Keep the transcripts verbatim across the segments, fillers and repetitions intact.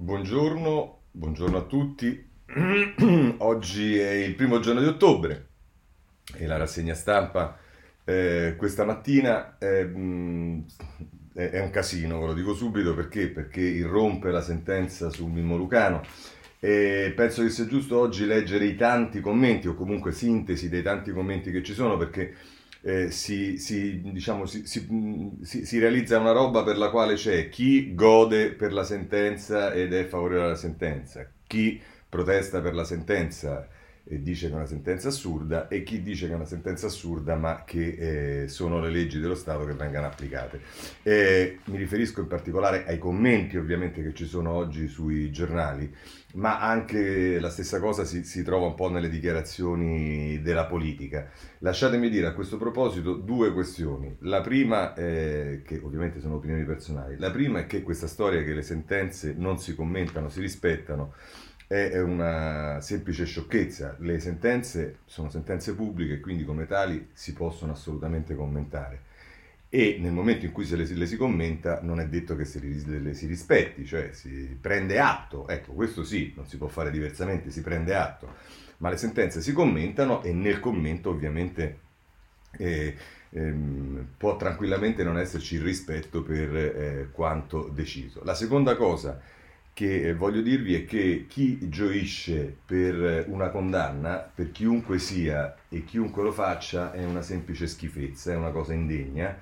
Buongiorno, buongiorno a tutti. Oggi è il primo giorno di ottobre e la rassegna stampa eh, questa mattina è, mh, è- è un casino, ve lo dico subito perché, perché irrompe la sentenza su Mimmo Lucano e penso che sia giusto oggi leggere i tanti commenti o comunque sintesi dei tanti commenti che ci sono perché eh, si, si, diciamo, si, si- mh, si- si realizza una roba per la quale c'è chi gode per la sentenza ed è favorevole alla sentenza, chi protesta per la sentenza e dice che è una sentenza assurda e chi dice che è una sentenza assurda ma che eh, sono le leggi dello Stato che vengano applicate. Eh, mi riferisco in particolare ai commenti ovviamente che ci sono oggi sui giornali, ma anche la stessa cosa si, si trova un po' nelle dichiarazioni della politica. Lasciatemi dire a questo proposito due questioni. La prima, eh, che ovviamente sono opinioni personali, la prima è che questa storia che le sentenze non si commentano, si rispettano, è una semplice sciocchezza. Le sentenze sono sentenze pubbliche e quindi come tali si possono assolutamente commentare. E nel momento in cui se le, le si commenta non è detto che se le, le si rispetti, cioè si prende atto, ecco questo sì, non si può fare diversamente, si prende atto, ma le sentenze si commentano e nel commento ovviamente eh, ehm, può tranquillamente non esserci il rispetto per eh, quanto deciso. La seconda cosa che eh, voglio dirvi è che chi gioisce per una condanna, per chiunque sia e chiunque lo faccia, è una semplice schifezza, è una cosa indegna.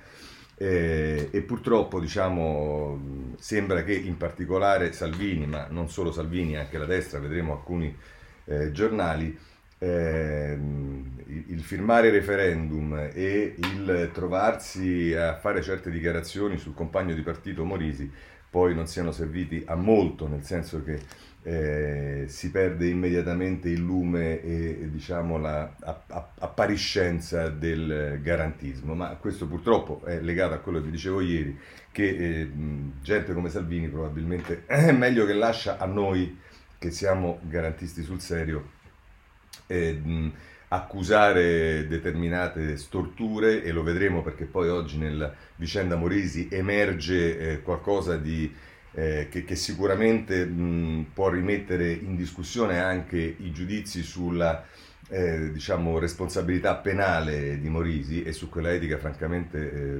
Eh, e purtroppo diciamo sembra che in particolare Salvini, ma non solo Salvini, anche la destra, vedremo alcuni eh, giornali, eh, il, il firmare referendum e il trovarsi a fare certe dichiarazioni sul compagno di partito Morisi poi non siano serviti a molto, nel senso che eh, si perde immediatamente il lume e, e diciamo la a, a, appariscenza del garantismo, ma questo purtroppo è legato a quello che vi dicevo ieri, che eh, gente come Salvini probabilmente è meglio che lascia a noi che siamo garantisti sul serio eh, mh, accusare determinate storture e lo vedremo perché poi oggi nella vicenda Morisi emerge eh, qualcosa di, eh, che, che sicuramente mh, può rimettere in discussione anche i giudizi sulla eh, diciamo, responsabilità penale di Morisi e su quella etica francamente eh,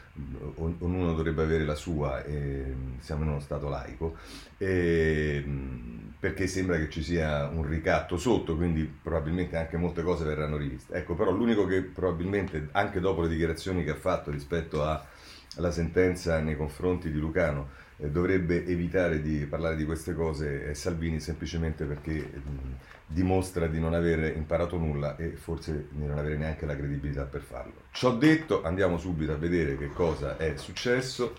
ognuno dovrebbe avere la sua, e siamo in uno stato laico, e, perché sembra che ci sia un ricatto sotto, quindi probabilmente anche molte cose verranno riviste. Ecco, però l'unico che probabilmente, anche dopo le dichiarazioni che ha fatto rispetto alla sentenza nei confronti di Lucano, eh, dovrebbe evitare di parlare di queste cose è Salvini, semplicemente perché mh, dimostra di non aver imparato nulla e forse di non avere neanche la credibilità per farlo. Ciò detto, andiamo subito a vedere che cosa è successo.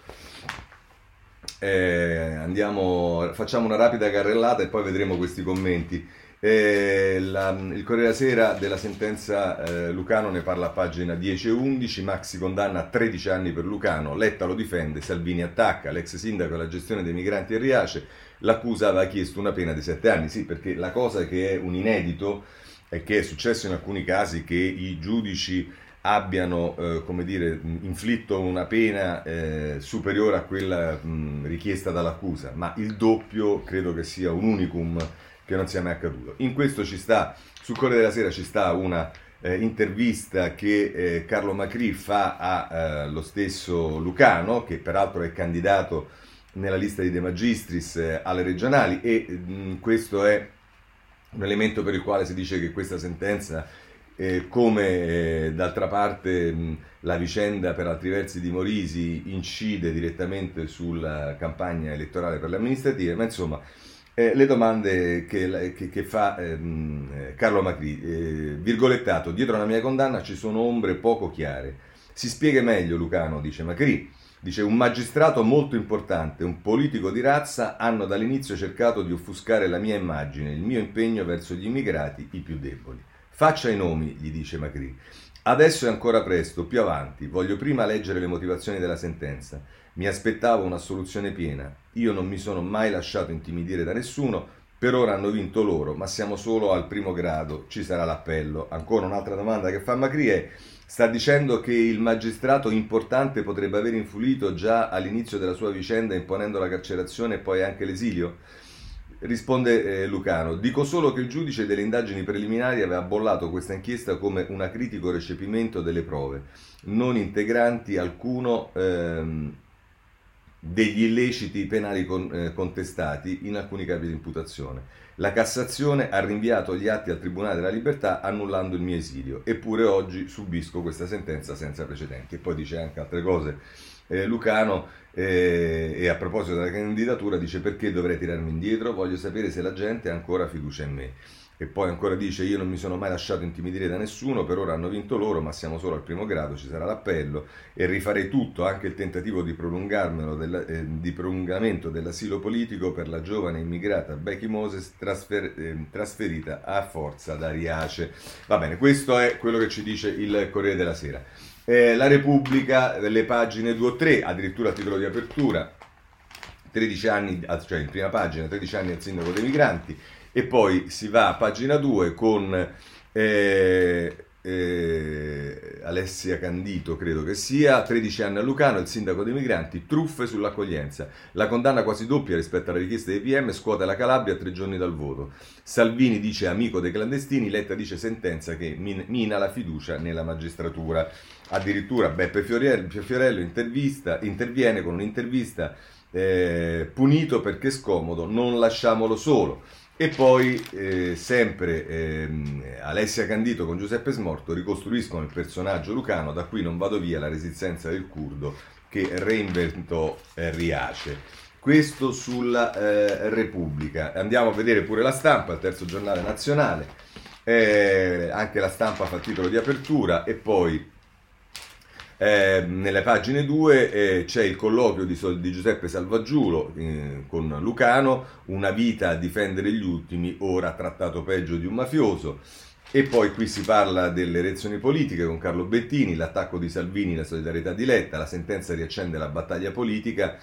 Eh, andiamo, facciamo una rapida carrellata e poi vedremo questi commenti. Eh, la, il Corriere della Sera della sentenza eh, Lucano ne parla a pagina dieci e undici. Maxi condanna a tredici anni per Lucano, Letta lo difende, Salvini attacca l'ex sindaco alla gestione dei migranti a Riace, l'accusa aveva chiesto una pena di sette anni. Sì, perché la cosa che è un inedito è che è successo in alcuni casi che i giudici abbiano eh, come dire, inflitto una pena eh, superiore a quella mh, richiesta dall'accusa, ma il doppio credo che sia un unicum che non sia mai accaduto. In questo ci sta, sul Corriere della Sera ci sta una eh, intervista che eh, Carlo Macri fa allo eh, stesso Lucano, che peraltro è candidato nella lista di De Magistris eh, alle regionali, e mh, questo è un elemento per il quale si dice che questa sentenza, eh, come eh, d'altra parte mh, la vicenda per altri versi di Morisi, incide direttamente sulla campagna elettorale per le amministrative, ma insomma eh, le domande che, che, che fa ehm, Carlo Macri, eh, virgolettato, dietro la mia condanna ci sono ombre poco chiare. Si spiega meglio Lucano, dice Macri. Dice, un magistrato molto importante, un politico di razza hanno dall'inizio cercato di offuscare la mia immagine, il mio impegno verso gli immigrati, i più deboli. Faccia i nomi, gli dice Macri. Adesso è ancora presto, più avanti, voglio prima leggere le motivazioni della sentenza. Mi aspettavo una soluzione piena, io non mi sono mai lasciato intimidire da nessuno, per ora hanno vinto loro, ma siamo solo al primo grado, ci sarà l'appello. Ancora un'altra domanda che fa Macri è, sta dicendo che il magistrato importante potrebbe aver influito già all'inizio della sua vicenda imponendo la carcerazione e poi anche l'esilio? Risponde eh, Lucano: dico solo che il giudice delle indagini preliminari aveva bollato questa inchiesta come un acritico recepimento delle prove, non integranti alcuno ehm, degli illeciti penali con, eh, contestati in alcuni capi di imputazione. La Cassazione ha rinviato gli atti al Tribunale della Libertà annullando il mio esilio, eppure oggi subisco questa sentenza senza precedenti. E poi dice anche altre cose eh, Lucano, eh, e a proposito della candidatura dice: perché dovrei tirarmi indietro? Voglio sapere se la gente ha ancora fiducia in me. E poi ancora dice: io non mi sono mai lasciato intimidire da nessuno, per ora hanno vinto loro, ma siamo solo al primo grado, ci sarà l'appello e rifarei tutto, anche il tentativo di prolungarmelo della, eh, di prolungamento dell'asilo politico per la giovane immigrata Becky Moses trasfer, eh, trasferita a forza da Riace. Va bene, questo è quello che ci dice il Corriere della Sera. Eh, la Repubblica, le pagine due o tre, addirittura a titolo di apertura, tredici anni, cioè in prima pagina, tredici anni al sindaco dei migranti. E poi si va a pagina due con eh, eh, Alessia Candito, credo che sia, tredici anni a Lucano, il sindaco dei migranti, truffe sull'accoglienza. La condanna quasi doppia rispetto alla richiesta dei P M, scuote la Calabria a tre giorni dal voto. Salvini dice amico dei clandestini, Letta dice sentenza che min- mina la fiducia nella magistratura. Addirittura Beppe Fiorello, Fiorello intervista, interviene con un'intervista eh, punito perché scomodo, non lasciamolo solo. E poi eh, sempre ehm, Alessia Candito con Giuseppe Smorto ricostruiscono il personaggio lucano, da qui non vado via, la resistenza del curdo che reinventò eh, Riace. Questo sulla eh, Repubblica. Andiamo a vedere pure la Stampa, il terzo giornale nazionale, eh, anche la Stampa fa il titolo di apertura e poi Eh, nelle pagine due eh, c'è il colloquio di, di Giuseppe Salvaggiulo eh, con Lucano, una vita a difendere gli ultimi, ora trattato peggio di un mafioso. E poi qui si parla delle elezioni politiche con Carlo Bettini, l'attacco di Salvini, la solidarietà di Letta, la sentenza riaccende la battaglia politica.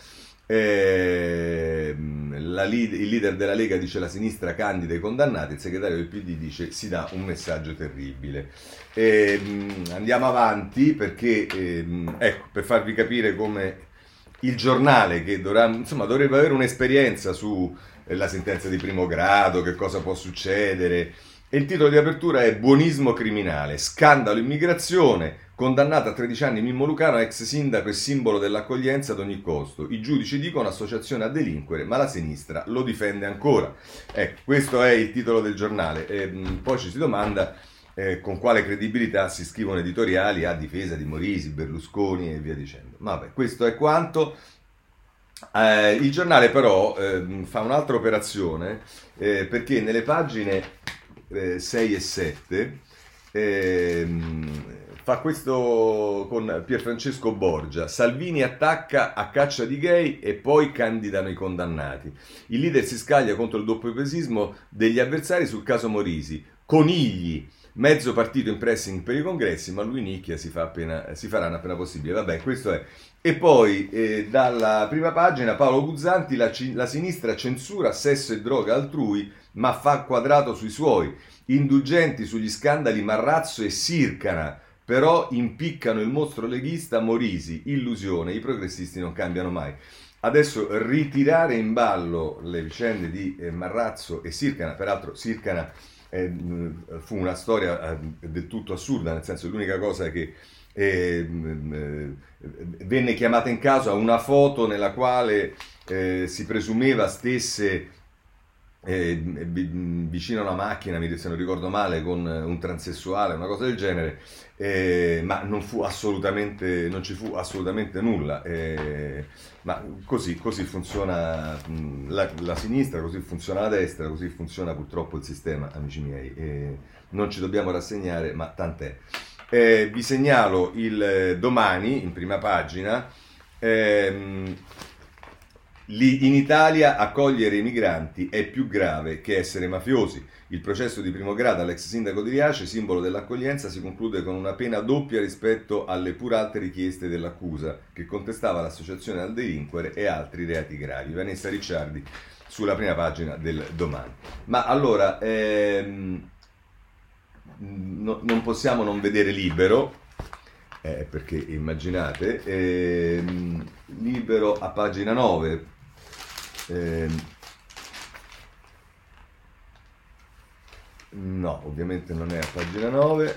Eh, la lead, il leader della Lega dice la sinistra candida i condannati, il segretario del P D dice si dà un messaggio terribile. Eh, andiamo avanti perché eh, ecco, per farvi capire come il giornale che dovrà, insomma, dovrebbe avere un'esperienza sulla sentenza di primo grado, che cosa può succedere, e il titolo di apertura è buonismo criminale, scandalo immigrazione, condannato a tredici anni Mimmo Lucano, ex sindaco e simbolo dell'accoglienza ad ogni costo. I giudici dicono associazione a delinquere, ma la sinistra lo difende ancora. Ecco, questo è il titolo del giornale. E, mh, poi ci si domanda eh, con quale credibilità si scrivono editoriali a difesa di Morisi, Berlusconi e via dicendo. Vabbè, questo è quanto. Eh, il giornale però eh, fa un'altra operazione eh, perché nelle pagine eh, sei e sette ehm, fa questo con Pierfrancesco Borgia: Salvini attacca a caccia di gay e poi candidano i condannati. Il leader si scaglia contro il doppiopesismo degli avversari sul caso Morisi. Conigli, mezzo partito in pressing per i congressi, ma lui nicchia, si, fa appena, si faranno appena possibile. Vabbè, questo è. E poi eh, dalla prima pagina Paolo Guzzanti: la, la sinistra censura sesso e droga altrui, ma fa quadrato sui suoi. Indulgenti sugli scandali Marrazzo e Sircana, però impiccano il mostro leghista Morisi. Illusione, i progressisti non cambiano mai. Adesso ritirare in ballo le vicende di eh, Marrazzo e Sircana, peraltro Sircana eh, fu una storia eh, del tutto assurda, nel senso che l'unica cosa che eh, eh, venne chiamata in causa una foto nella quale eh, si presumeva stesse Eh, vicino a una macchina, se non ricordo male, con un transessuale, una cosa del genere, eh, ma non fu assolutamente, non ci fu assolutamente nulla. Eh, ma così, così funziona la, la sinistra, così funziona la destra, così funziona purtroppo il sistema, amici miei. Eh, non ci dobbiamo rassegnare, ma tant'è. Eh, vi segnalo il Domani in prima pagina. Ehm, In Italia accogliere i migranti è più grave che essere mafiosi. Il processo di primo grado all'ex sindaco di Riace, simbolo dell'accoglienza, si conclude con una pena doppia rispetto alle pur alte richieste dell'accusa, che contestava l'associazione al delinquere e altri reati gravi. Vanessa Ricciardi sulla prima pagina del Domani. Ma allora, ehm, no, non possiamo non vedere Libero. Eh, perché immaginate, ehm, Libero a pagina nove, ehm, No, ovviamente non è a pagina nove.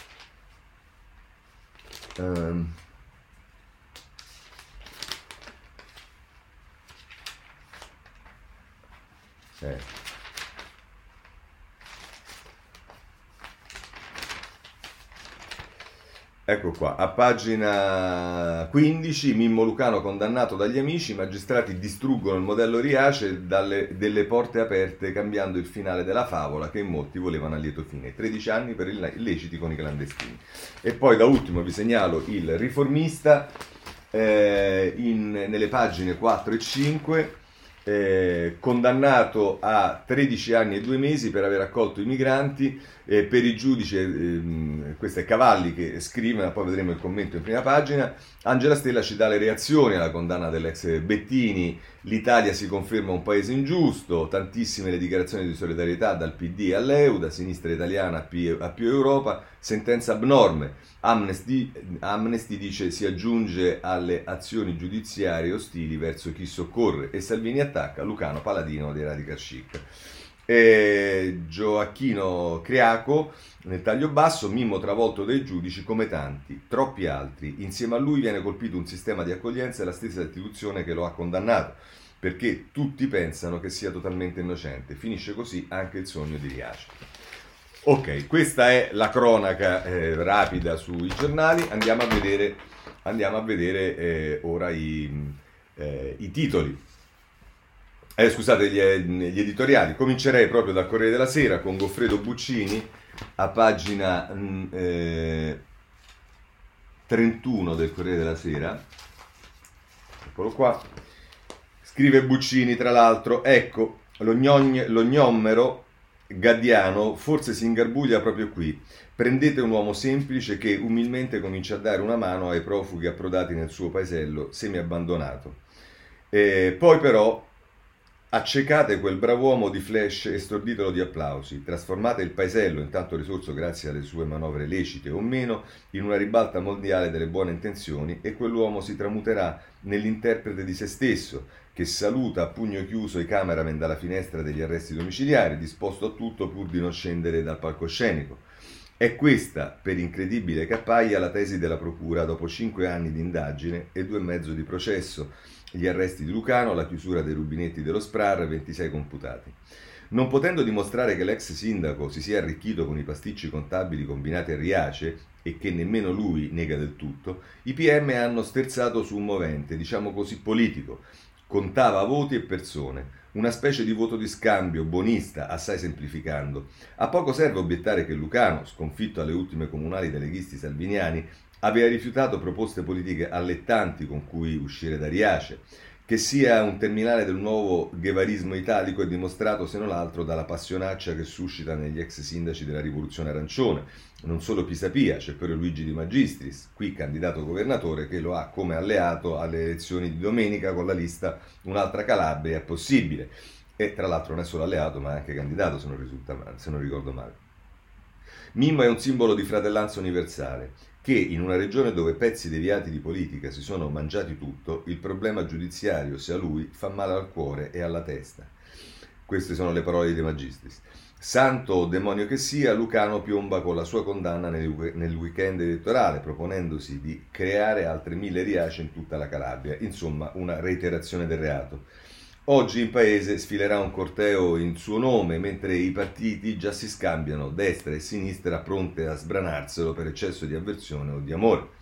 Ehm, eh. Ecco qua, a pagina quindici, Mimmo Lucano condannato dagli amici, i magistrati distruggono il modello Riace dalle, delle porte aperte cambiando il finale della favola che in molti volevano a lieto fine. tredici anni per illeciti con i clandestini. E poi da ultimo vi segnalo il Riformista eh, in, nelle pagine quattro e cinque. Eh, condannato a tredici anni e due mesi per aver accolto i migranti, eh, per i giudici, eh, questo è Cavalli che scrive, ma poi vedremo il commento in prima pagina. Angela Stella ci dà le reazioni alla condanna dell'ex Bettini, l'Italia si conferma un paese ingiusto, tantissime le dichiarazioni di solidarietà dal P D all'E U, da sinistra italiana a più, a più Europa, sentenza abnorme. Amnesty, Amnesty dice si aggiunge alle azioni giudiziarie ostili verso chi soccorre e Salvini attacca Lucano paladino dei radical chic. E Gioacchino Criaco nel taglio basso, Mimmo travolto dai giudici come tanti, troppi altri, insieme a lui viene colpito un sistema di accoglienza e la stessa istituzione che lo ha condannato, perché tutti pensano che sia totalmente innocente, finisce così anche il sogno di Riace. Ok, questa è la cronaca eh, rapida sui giornali, andiamo a vedere, andiamo a vedere eh, ora i, eh, i titoli, eh, scusate gli, gli editoriali. Comincerei proprio dal Corriere della Sera con Goffredo Buccini a pagina mh, eh, trentuno del Corriere della Sera, eccolo qua, scrive Buccini tra l'altro, ecco lo, gnon, lo gnommero Gaddiano forse si ingarbuglia proprio qui. Prendete un uomo semplice che umilmente comincia a dare una mano ai profughi approdati nel suo paesello semi-abbandonato. E poi però accecate quel brav'uomo di Flash e storditelo di applausi. Trasformate il paesello, intanto risorso grazie alle sue manovre lecite o meno, in una ribalta mondiale delle buone intenzioni e quell'uomo si tramuterà nell'interprete di se stesso, che saluta a pugno chiuso i cameraman dalla finestra degli arresti domiciliari, disposto a tutto pur di non scendere dal palcoscenico. È questa, per incredibile che appaia, la tesi della procura dopo cinque anni di indagine e due e mezzo di processo, gli arresti di Lucano, la chiusura dei rubinetti dello SPRAR, ventisei computati. Non potendo dimostrare che l'ex sindaco si sia arricchito con i pasticci contabili combinati a Riace, e che nemmeno lui nega del tutto, i P M hanno sterzato su un movente, diciamo così, politico. Contava voti e persone, una specie di voto di scambio bonista, assai semplificando. A poco serve obiettare che Lucano, sconfitto alle ultime comunali dai leghisti salviniani, aveva rifiutato proposte politiche allettanti con cui uscire da Riace. Che sia un terminale del nuovo ghevarismo italico è dimostrato se non altro dalla passionaccia che suscita negli ex sindaci della rivoluzione arancione. Non solo Pisapia, c'è pure Luigi Di Magistris, qui candidato governatore, che lo ha come alleato alle elezioni di domenica con la lista Un'altra Calabria è possibile. E tra l'altro non è solo alleato ma è anche candidato, se non, risulta male, se non ricordo male. Mimmo è un simbolo di fratellanza universale, che in una regione dove pezzi deviati di politica si sono mangiati tutto, il problema giudiziario, se a lui, fa male al cuore e alla testa. Queste sono le parole di De Magistris. Santo o demonio che sia, Lucano piomba con la sua condanna nel, nel weekend elettorale, proponendosi di creare altre mille Riace in tutta la Calabria, insomma una reiterazione del reato. Oggi in paese sfilerà un corteo in suo nome, mentre i partiti già si scambiano destra e sinistra pronte a sbranarselo per eccesso di avversione o di amore.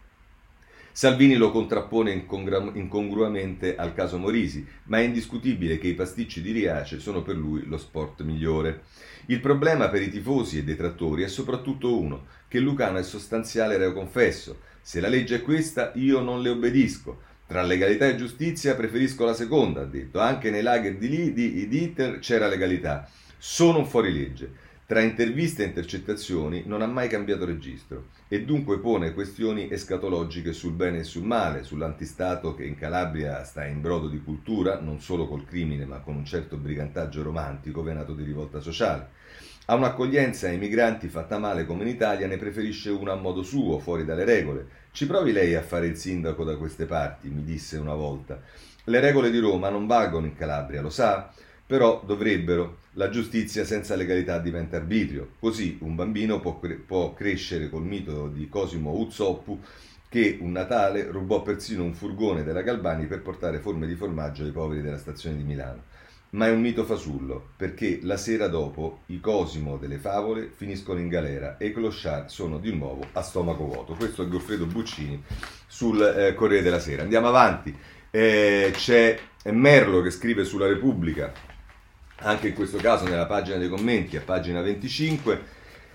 Salvini lo contrappone incongru- incongruamente al caso Morisi, ma è indiscutibile che i pasticci di Riace sono per lui lo sport migliore. Il problema per i tifosi e detrattori è soprattutto uno, che Lucano è sostanziale reo confesso. Se la legge è questa, io non le obbedisco. Tra legalità e giustizia preferisco la seconda, ha detto. Anche nei lager di, lì, di, di Hitler c'era legalità. Sono un fuorilegge. Tra interviste e intercettazioni non ha mai cambiato registro e dunque pone questioni escatologiche sul bene e sul male, sull'antistato che in Calabria sta in brodo di cultura, non solo col crimine ma con un certo brigantaggio romantico venato di rivolta sociale. A un'accoglienza ai migranti fatta male come in Italia ne preferisce una a modo suo, fuori dalle regole. Ci provi lei a fare il sindaco da queste parti, mi disse una volta. Le regole di Roma non valgono in Calabria, lo sa? però dovrebbero. La giustizia senza legalità diventa arbitrio. Così un bambino può, cre- può crescere col mito di Cosimo Uzzoppu, che un Natale rubò persino un furgone della Galbani per portare forme di formaggio ai poveri della stazione di Milano. Ma è un mito fasullo, perché la sera dopo i Cosimo delle favole finiscono in galera e i clochard sono di nuovo a stomaco vuoto. Questo è Goffredo Buccini sul eh, Corriere della Sera. Andiamo avanti. Eh, c'è Merlo che scrive sulla Repubblica, anche in questo caso nella pagina dei commenti, a pagina venticinque.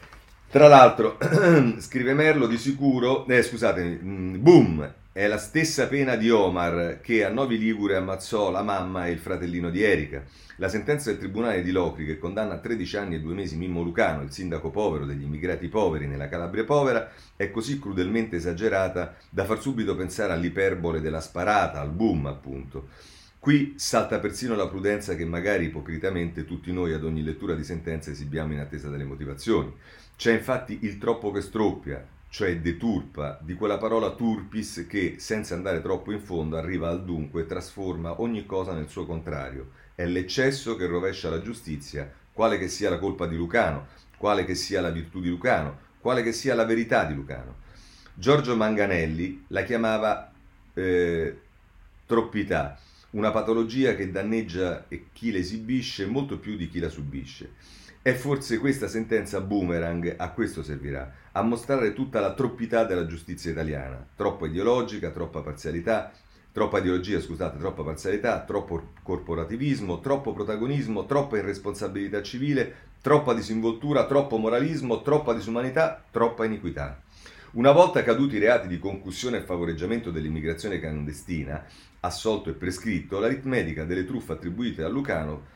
Tra l'altro, scrive Merlo, di sicuro, eh, scusatemi, boom, è la stessa pena di Omar che a Novi Ligure ammazzò la mamma e il fratellino di Erika. La sentenza del Tribunale di Locri che condanna a tredici anni e due mesi Mimmo Lucano, il sindaco povero degli immigrati poveri nella Calabria povera, è così crudelmente esagerata da far subito pensare all'iperbole della sparata, al boom appunto. Qui salta persino la prudenza che magari ipocritamente tutti noi ad ogni lettura di sentenza esibiamo in attesa delle motivazioni. C'è infatti il troppo che stroppia, cioè deturpa, di quella parola turpis che, senza andare troppo in fondo, arriva al dunque e trasforma ogni cosa nel suo contrario. È l'eccesso che rovescia la giustizia, quale che sia la colpa di Lucano, quale che sia la virtù di Lucano, quale che sia la verità di Lucano. Giorgio Manganelli la chiamava eh, troppità, una patologia che danneggia chi l'esibisce molto più di chi la subisce. E forse questa sentenza boomerang a questo servirà, a mostrare tutta la troppità della giustizia italiana, troppo ideologica, troppa parzialità, troppa ideologia, scusate, troppa parzialità, troppo corporativismo, troppo protagonismo, troppa irresponsabilità civile, troppa disinvoltura, troppo moralismo, troppa disumanità, troppa iniquità. Una volta caduti i reati di concussione e favoreggiamento dell'immigrazione clandestina, assolto e prescritto, l'aritmetica delle truffe attribuite a Lucano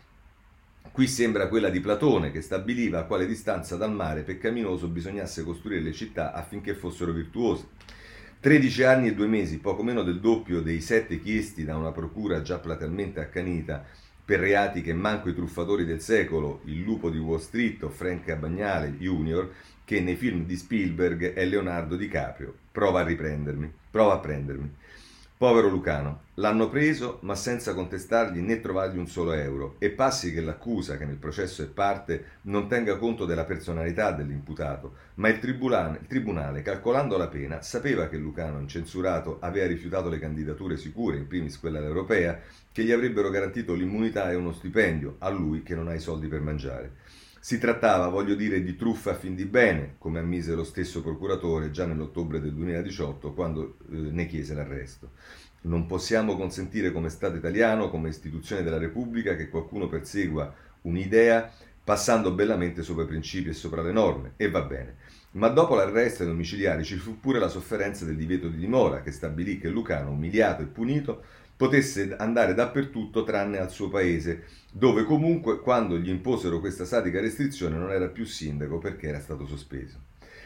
qui sembra quella di Platone, che stabiliva a quale distanza dal mare peccaminoso bisognasse costruire le città affinché fossero virtuose. tredici anni e due mesi, poco meno del doppio dei sette chiesti da una procura già platealmente accanita per reati che manco i truffatori del secolo, il lupo di Wall Street o Frank Abagnale junior, che nei film di Spielberg è Leonardo DiCaprio. Prova a riprendermi, prova a prendermi. Povero Lucano, l'hanno preso ma senza contestargli né trovargli un solo euro, e passi che l'accusa, che nel processo è parte, non tenga conto della personalità dell'imputato, ma il tribunale, il tribunale, calcolando la pena, sapeva che Lucano, incensurato, aveva rifiutato le candidature sicure, in primis quella europea, che gli avrebbero garantito l'immunità e uno stipendio, a lui che non ha i soldi per mangiare. Si trattava, voglio dire, di truffa a fin di bene, come ammise lo stesso procuratore già nell'ottobre del duemiladiciotto, quando eh, ne chiese l'arresto. Non possiamo consentire come Stato italiano, come istituzione della Repubblica, che qualcuno persegua un'idea passando bellamente sopra i principi e sopra le norme, e va bene. Ma dopo l'arresto ai domiciliari ci fu pure la sofferenza del divieto di dimora, che stabilì che Lucano, umiliato e punito, potesse andare dappertutto tranne al suo paese, dove comunque, quando gli imposero questa sadica restrizione, non era più sindaco perché era stato sospeso.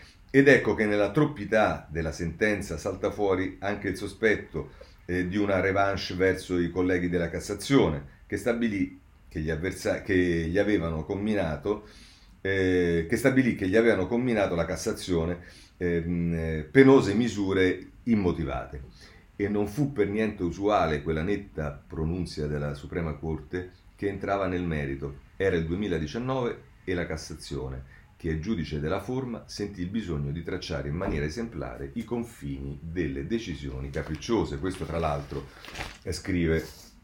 Ed ecco che nella troppità della sentenza salta fuori anche il sospetto eh, di una revanche verso i colleghi della Cassazione, che stabilì che gli, avversa- che gli avevano comminato eh, che stabilì che gli avevano comminato la Cassazione eh, penose misure immotivate. E non fu per niente usuale quella netta pronunzia della Suprema Corte che entrava nel merito. Era il duemiladiciannove e la Cassazione, che è giudice della forma, sentì il bisogno di tracciare in maniera esemplare i confini delle decisioni capricciose. Questo, tra l'altro, eh, scrive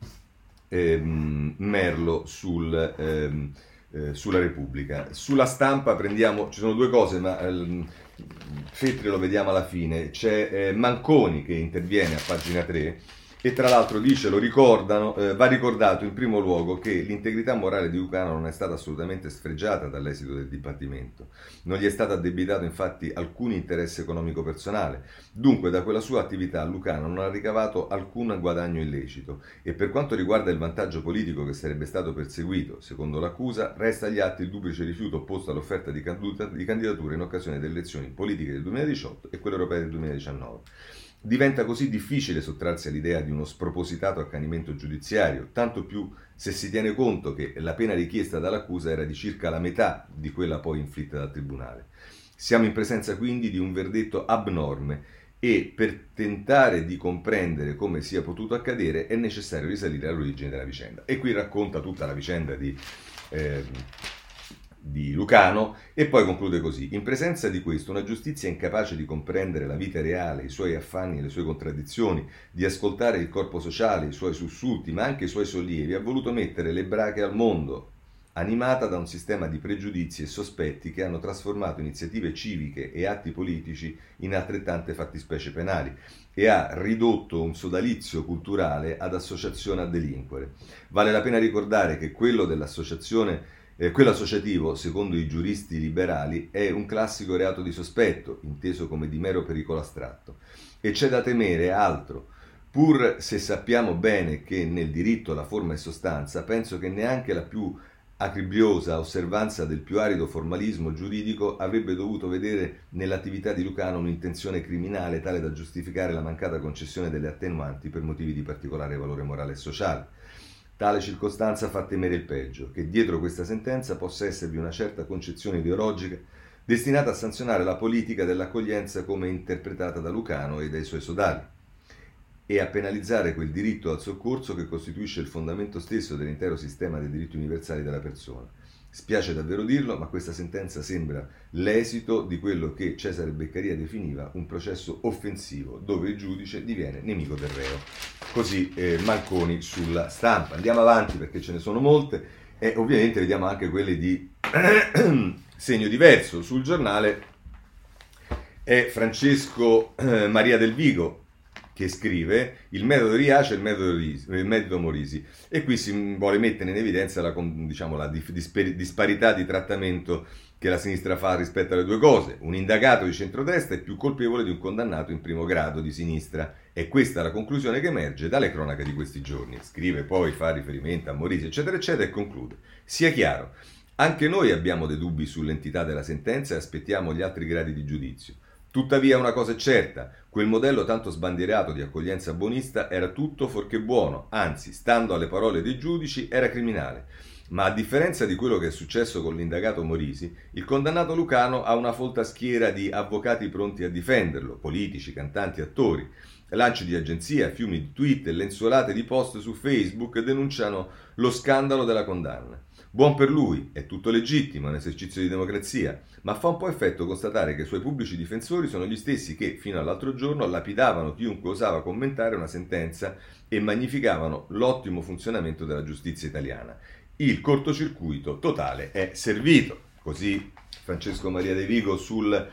ehm, Merlo sul, ehm, eh, sulla Repubblica. Sulla Stampa prendiamo, ci sono due cose, ma ehm, Feltri lo vediamo alla fine. C'è eh, Manconi che interviene a pagina tre e tra l'altro dice, lo ricordano, eh, va ricordato in primo luogo che l'integrità morale di Lucano non è stata assolutamente sfregiata dall'esito del dibattimento. Non gli è stato addebitato infatti alcun interesse economico personale. Dunque da quella sua attività Lucano non ha ricavato alcun guadagno illecito, e per quanto riguarda il vantaggio politico che sarebbe stato perseguito, secondo l'accusa, resta agli atti il duplice rifiuto opposto all'offerta di candidatura in occasione delle elezioni politiche del duemiladiciotto e quelle europee del duemiladiciannove. Diventa così difficile sottrarsi all'idea di uno spropositato accanimento giudiziario, tanto più se si tiene conto che la pena richiesta dall'accusa era di circa la metà di quella poi inflitta dal tribunale. Siamo in presenza quindi di un verdetto abnorme e per tentare di comprendere come sia potuto accadere è necessario risalire all'origine della vicenda. E qui racconta tutta la vicenda di... Eh, di Lucano e poi conclude così: in presenza di questo una giustizia incapace di comprendere la vita reale, i suoi affanni e le sue contraddizioni, di ascoltare il corpo sociale, i suoi sussulti ma anche i suoi sollievi, ha voluto mettere le brache al mondo, animata da un sistema di pregiudizi e sospetti che hanno trasformato iniziative civiche e atti politici in altrettante fattispecie penali e ha ridotto un sodalizio culturale ad associazione a delinquere. Vale la pena ricordare che quello dell'associazione Eh, quello associativo, secondo i giuristi liberali, è un classico reato di sospetto, inteso come di mero pericolo astratto. E c'è da temere altro. Pur se sappiamo bene che nel diritto la forma è sostanza, penso che neanche la più acribiosa osservanza del più arido formalismo giuridico avrebbe dovuto vedere nell'attività di Lucano un'intenzione criminale tale da giustificare la mancata concessione delle attenuanti per motivi di particolare valore morale e sociale. Tale circostanza fa temere il peggio, che dietro questa sentenza possa esservi una certa concezione ideologica destinata a sanzionare la politica dell'accoglienza come interpretata da Lucano e dai suoi sodali, e a penalizzare quel diritto al soccorso che costituisce il fondamento stesso dell'intero sistema dei diritti universali della persona. Spiace davvero dirlo, ma questa sentenza sembra l'esito di quello che Cesare Beccaria definiva un processo offensivo, dove il giudice diviene nemico del reo. Così eh, Manconi sulla Stampa. Andiamo avanti perché ce ne sono molte e ovviamente vediamo anche quelle di segno diverso. Sul Giornale è Francesco eh, Maria Del Vigo che scrive: il metodo Riace e il metodo, Risi, il metodo Morisi, e qui si vuole mettere in evidenza la, diciamo, la disparità di trattamento che la sinistra fa rispetto alle due cose. Un indagato di centrodestra è più colpevole di un condannato in primo grado di sinistra, e questa è la conclusione che emerge dalle cronache di questi giorni. Scrive poi, fa riferimento a Morisi eccetera eccetera e conclude: sia chiaro, anche noi abbiamo dei dubbi sull'entità della sentenza e aspettiamo gli altri gradi di giudizio. Tuttavia una cosa è certa: quel modello tanto sbandierato di accoglienza buonista era tutto fuorché buono, anzi, stando alle parole dei giudici, era criminale. Ma a differenza di quello che è successo con l'indagato Morisi, il condannato Lucano ha una folta schiera di avvocati pronti a difenderlo, politici, cantanti, attori. Lanci di agenzia, fiumi di tweet e lenzuolate di post su Facebook denunciano lo scandalo della condanna. Buon per lui, è tutto legittimo, è un esercizio di democrazia, ma fa un po' effetto constatare che i suoi pubblici difensori sono gli stessi che, fino all'altro giorno, lapidavano chiunque osava commentare una sentenza e magnificavano l'ottimo funzionamento della giustizia italiana. Il cortocircuito totale è servito. Così Francesco Maria De Vigo sul,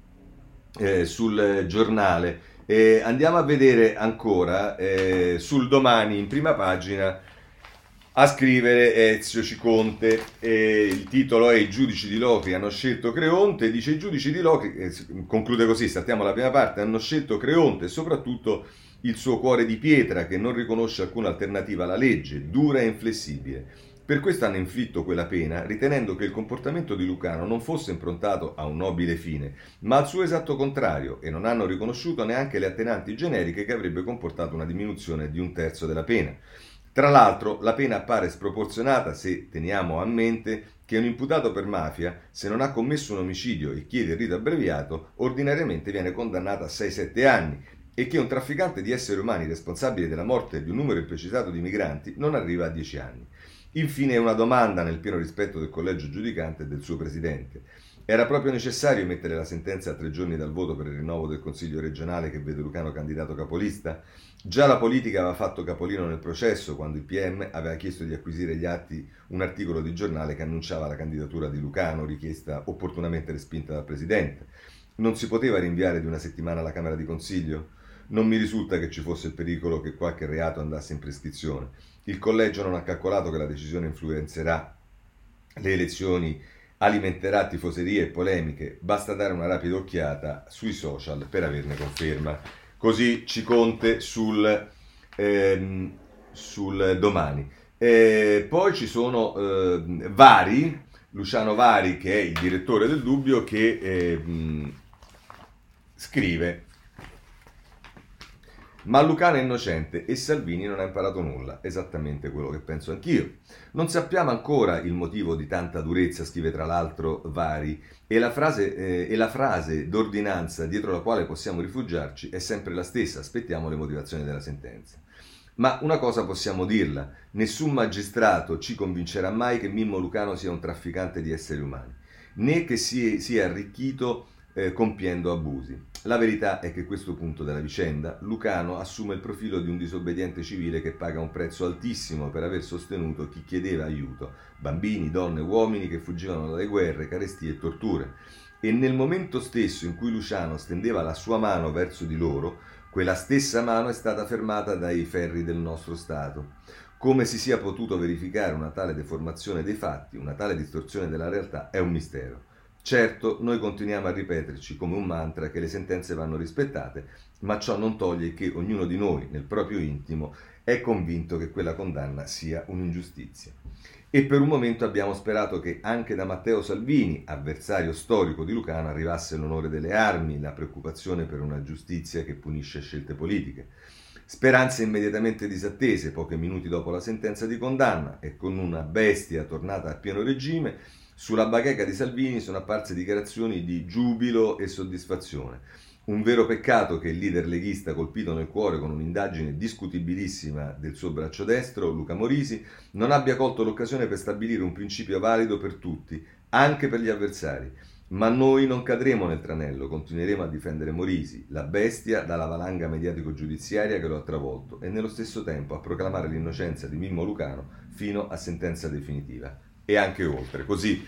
eh, sul Giornale. Eh, andiamo a vedere ancora eh, sul Domani in prima pagina a scrivere Ezio Ciconte. Eh, il titolo è: i giudici di Locri hanno scelto Creonte. Dice: i giudici di Locri, eh, conclude così, saltiamo la prima parte, hanno scelto Creonte e soprattutto il suo cuore di pietra che non riconosce alcuna alternativa alla legge, dura e inflessibile. Per questo hanno inflitto quella pena, ritenendo che il comportamento di Lucano non fosse improntato a un nobile fine, ma al suo esatto contrario, e non hanno riconosciuto neanche le attenanti generiche che avrebbe comportato una diminuzione di un terzo della pena. Tra l'altro, la pena appare sproporzionata se teniamo a mente che un imputato per mafia, se non ha commesso un omicidio e chiede il rito abbreviato, ordinariamente viene condannato a sei sette anni, e che un trafficante di esseri umani responsabile della morte di un numero imprecisato di migranti non arriva a dieci anni. Infine una domanda nel pieno rispetto del collegio giudicante e del suo presidente. Era proprio necessario mettere la sentenza a tre giorni dal voto per il rinnovo del Consiglio regionale che vede Lucano candidato capolista? Già la politica aveva fatto capolino nel processo quando il P M aveva chiesto di acquisire gli atti un articolo di giornale che annunciava la candidatura di Lucano, richiesta opportunamente respinta dal presidente. Non si poteva rinviare di una settimana la Camera di Consiglio? Non mi risulta che ci fosse il pericolo che qualche reato andasse in prescrizione. Il collegio non ha calcolato che la decisione influenzerà le elezioni, alimenterà tifoserie e polemiche. Basta dare una rapida occhiata sui social per averne conferma. Così Ciconte sul, ehm, sul Domani. E poi ci sono eh, Vari, Luciano Vari, che è il direttore del Dubbio, che eh, scrive: Ma Lucano è innocente e Salvini non ha imparato nulla, esattamente quello che penso anch'io. Non sappiamo ancora il motivo di tanta durezza, scrive tra l'altro Vari, e la frase, eh, e la frase d'ordinanza dietro la quale possiamo rifugiarci è sempre la stessa, aspettiamo le motivazioni della sentenza. Ma una cosa possiamo dirla, nessun magistrato ci convincerà mai che Mimmo Lucano sia un trafficante di esseri umani, né che si sia arricchito eh, compiendo abusi. La verità è che a questo punto della vicenda Lucano assume il profilo di un disobbediente civile che paga un prezzo altissimo per aver sostenuto chi chiedeva aiuto, bambini, donne, uomini che fuggivano dalle guerre, carestie e torture. E nel momento stesso in cui Luciano stendeva la sua mano verso di loro, quella stessa mano è stata fermata dai ferri del nostro Stato. Come si sia potuto verificare una tale deformazione dei fatti, una tale distorsione della realtà, è un mistero. Certo, noi continuiamo a ripeterci come un mantra che le sentenze vanno rispettate, ma ciò non toglie che ognuno di noi, nel proprio intimo, è convinto che quella condanna sia un'ingiustizia. E per un momento abbiamo sperato che anche da Matteo Salvini, avversario storico di Lucano, arrivasse l'onore delle armi, la preoccupazione per una giustizia che punisce scelte politiche. Speranze immediatamente disattese pochi minuti dopo la sentenza di condanna e con una bestia tornata a pieno regime, sulla bacheca di Salvini sono apparse dichiarazioni di giubilo e soddisfazione. Un vero peccato che il leader leghista colpito nel cuore con un'indagine discutibilissima del suo braccio destro, Luca Morisi, non abbia colto l'occasione per stabilire un principio valido per tutti, anche per gli avversari. Ma noi non cadremo nel tranello, continueremo a difendere Morisi, la bestia, dalla valanga mediatico-giudiziaria che lo ha travolto, e nello stesso tempo a proclamare l'innocenza di Mimmo Lucano fino a sentenza definitiva. E anche oltre, così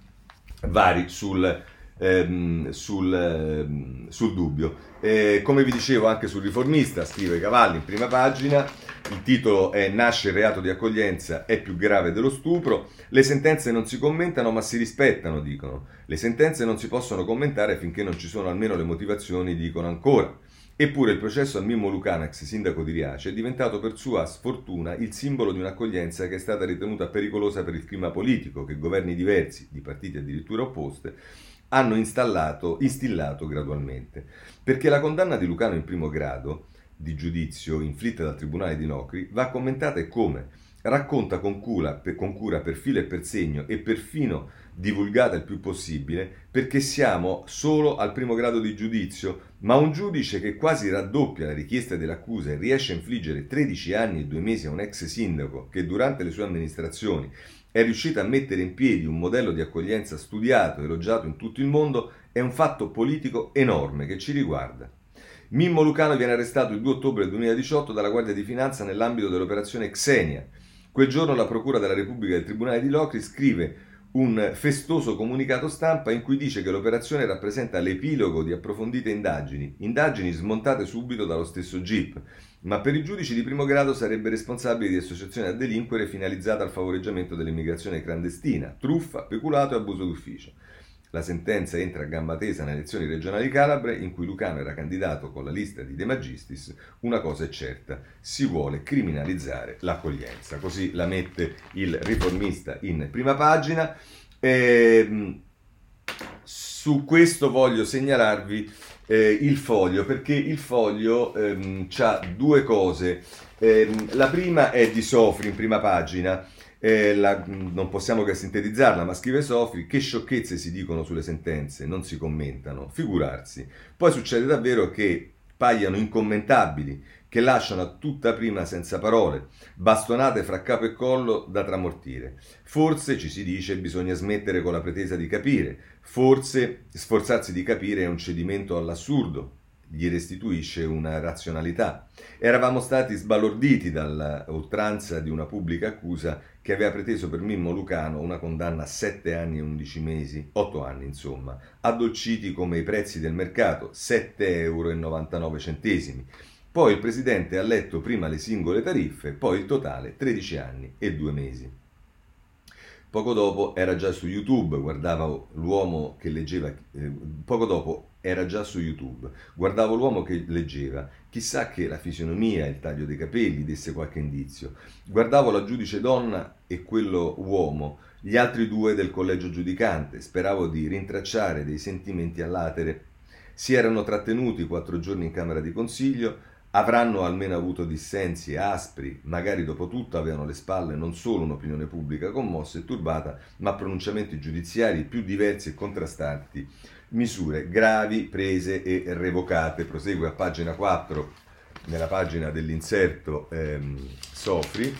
Vari sul, ehm, sul, ehm, sul dubbio. E come vi dicevo anche sul Riformista, scrive Cavalli in prima pagina, il titolo è Nasce il reato di accoglienza, è più grave dello stupro, le sentenze non si commentano ma si rispettano, dicono. Le sentenze non si possono commentare finché non ci sono almeno le motivazioni, dicono ancora. Eppure il processo a Mimmo Lucano, ex sindaco di Riace, è diventato per sua sfortuna il simbolo di un'accoglienza che è stata ritenuta pericolosa per il clima politico che governi diversi, di partiti addirittura opposte, hanno installato, instillato gradualmente. Perché la condanna di Lucano in primo grado, di giudizio, inflitta dal Tribunale di Nocri, va commentata e come? Racconta con cura, per, con cura per filo e per segno e perfino divulgata il più possibile, perché siamo solo al primo grado di giudizio, ma un giudice che quasi raddoppia la richiesta dell'accusa e riesce a infliggere tredici anni e due mesi a un ex sindaco che durante le sue amministrazioni è riuscito a mettere in piedi un modello di accoglienza studiato e elogiato in tutto il mondo, è un fatto politico enorme che ci riguarda. Mimmo Lucano viene arrestato il due ottobre duemiladiciotto dalla Guardia di Finanza nell'ambito dell'operazione Xenia. Quel giorno la Procura della Repubblica del Tribunale di Locri scrive un festoso comunicato stampa in cui dice che l'operazione rappresenta l'epilogo di approfondite indagini, indagini smontate subito dallo stesso G I P, ma per i giudici di primo grado sarebbe responsabile di associazione a delinquere finalizzata al favoreggiamento dell'immigrazione clandestina, truffa, peculato e abuso d'ufficio. La sentenza entra a gamba tesa nelle elezioni regionali calabre, in cui Lucano era candidato con la lista di De Magistris. Una cosa è certa, si vuole criminalizzare l'accoglienza. Così la mette il Riformista in prima pagina. E, su questo voglio segnalarvi eh, il Foglio, perché il Foglio ehm, ha due cose. Eh, la prima è di Sofri in prima pagina. Eh, la, non possiamo che sintetizzarla, ma scrive Sofri: che sciocchezze si dicono sulle sentenze, non si commentano, figurarsi. Poi succede davvero che paiano incommentabili, che lasciano a tutta prima senza parole, bastonate fra capo e collo da tramortire. Forse, ci si dice, bisogna smettere con la pretesa di capire, forse sforzarsi di capire è un cedimento all'assurdo, gli restituisce una razionalità. Eravamo stati sbalorditi dall'oltranza di una pubblica accusa che aveva preteso per Mimmo Lucano una condanna a sette anni e undici mesi, otto anni insomma, addolciti come i prezzi del mercato, sette euro e novantanove centesimi. Poi il presidente ha letto prima le singole tariffe, poi il totale, tredici anni e due mesi. Poco dopo era già su YouTube, guardavo l'uomo che leggeva, eh, poco dopo era già su YouTube, guardavo l'uomo che leggeva, chissà che la fisionomia, il taglio dei capelli desse qualche indizio. Guardavo la giudice donna e quello uomo, gli altri due del collegio giudicante, speravo di rintracciare dei sentimenti all'atere. Si erano trattenuti quattro giorni in camera di consiglio, avranno almeno avuto dissensi aspri, magari dopo tutto avevano alle spalle non solo un'opinione pubblica commossa e turbata, ma pronunciamenti giudiziari più diversi e contrastanti, misure gravi prese e revocate. Prosegue a pagina quattro, nella pagina dell'inserto ehm, Sofri.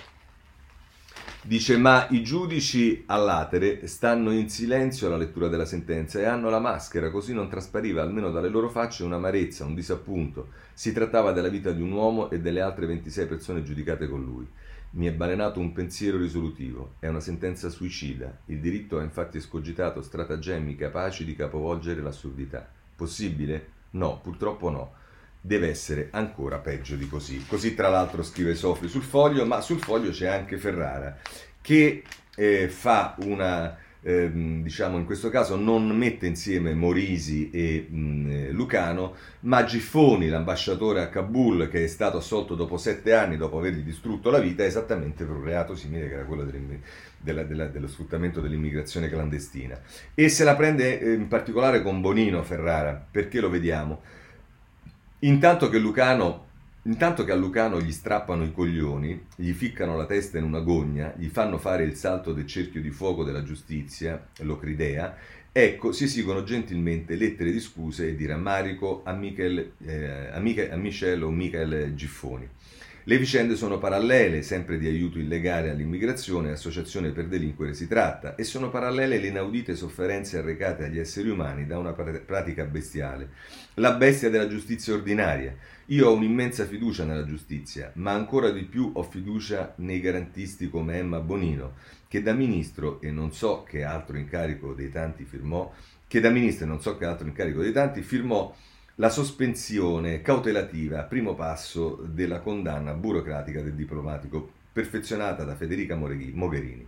Dice: ma i giudici all'atere stanno in silenzio alla lettura della sentenza e hanno la maschera, così non traspariva almeno dalle loro facce un'amarezza, un disappunto. Si trattava della vita di un uomo e delle altre ventisei persone giudicate con lui. Mi è balenato un pensiero risolutivo. È una sentenza suicida. Il diritto ha infatti escogitato stratagemmi capaci di capovolgere l'assurdità. Possibile? No, purtroppo no. Deve essere ancora peggio di così. Così tra l'altro scrive Sofri sul Foglio, ma sul Foglio c'è anche Ferrara che eh, fa una, ehm, diciamo in questo caso non mette insieme Morisi e mh, Lucano, ma Giffoni, l'ambasciatore a Kabul che è stato assolto dopo sette anni dopo avergli distrutto la vita, esattamente per un reato simile che era quello della, della, dello sfruttamento dell'immigrazione clandestina. E se la prende eh, in particolare con Bonino Ferrara, perché lo vediamo? Intanto che, Lucano, intanto che a Lucano gli strappano i coglioni, gli ficcano la testa in una gogna, gli fanno fare il salto del cerchio di fuoco della giustizia, l'ocridea, ecco, si esigono gentilmente lettere di scuse e di rammarico a, Michel, eh, a, Michel, a Michel o Michael Giffoni. Le vicende sono parallele, sempre di aiuto illegale all'immigrazione, associazione per delinquere si tratta, e sono parallele le inaudite sofferenze arrecate agli esseri umani da una pratica bestiale, la bestia della giustizia ordinaria. Io ho un'immensa fiducia nella giustizia, ma ancora di più ho fiducia nei garantisti come Emma Bonino, che da ministro, e non so che altro incarico dei tanti firmò, che da ministro e non so che altro incarico dei tanti firmò la sospensione cautelativa, primo passo della condanna burocratica del diplomatico, perfezionata da Federica Mogherini.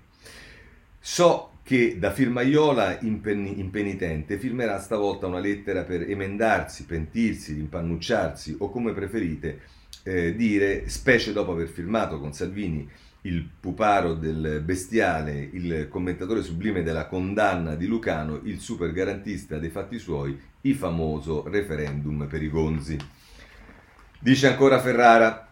So che da firmaiola impen- impenitente firmerà stavolta una lettera per emendarsi, pentirsi, rimpannucciarsi o come preferite eh, dire, specie dopo aver firmato con Salvini il puparo del bestiale, il commentatore sublime della condanna di Lucano, il super garantista dei fatti suoi, il famoso referendum per i gonzi. Dice ancora Ferrara,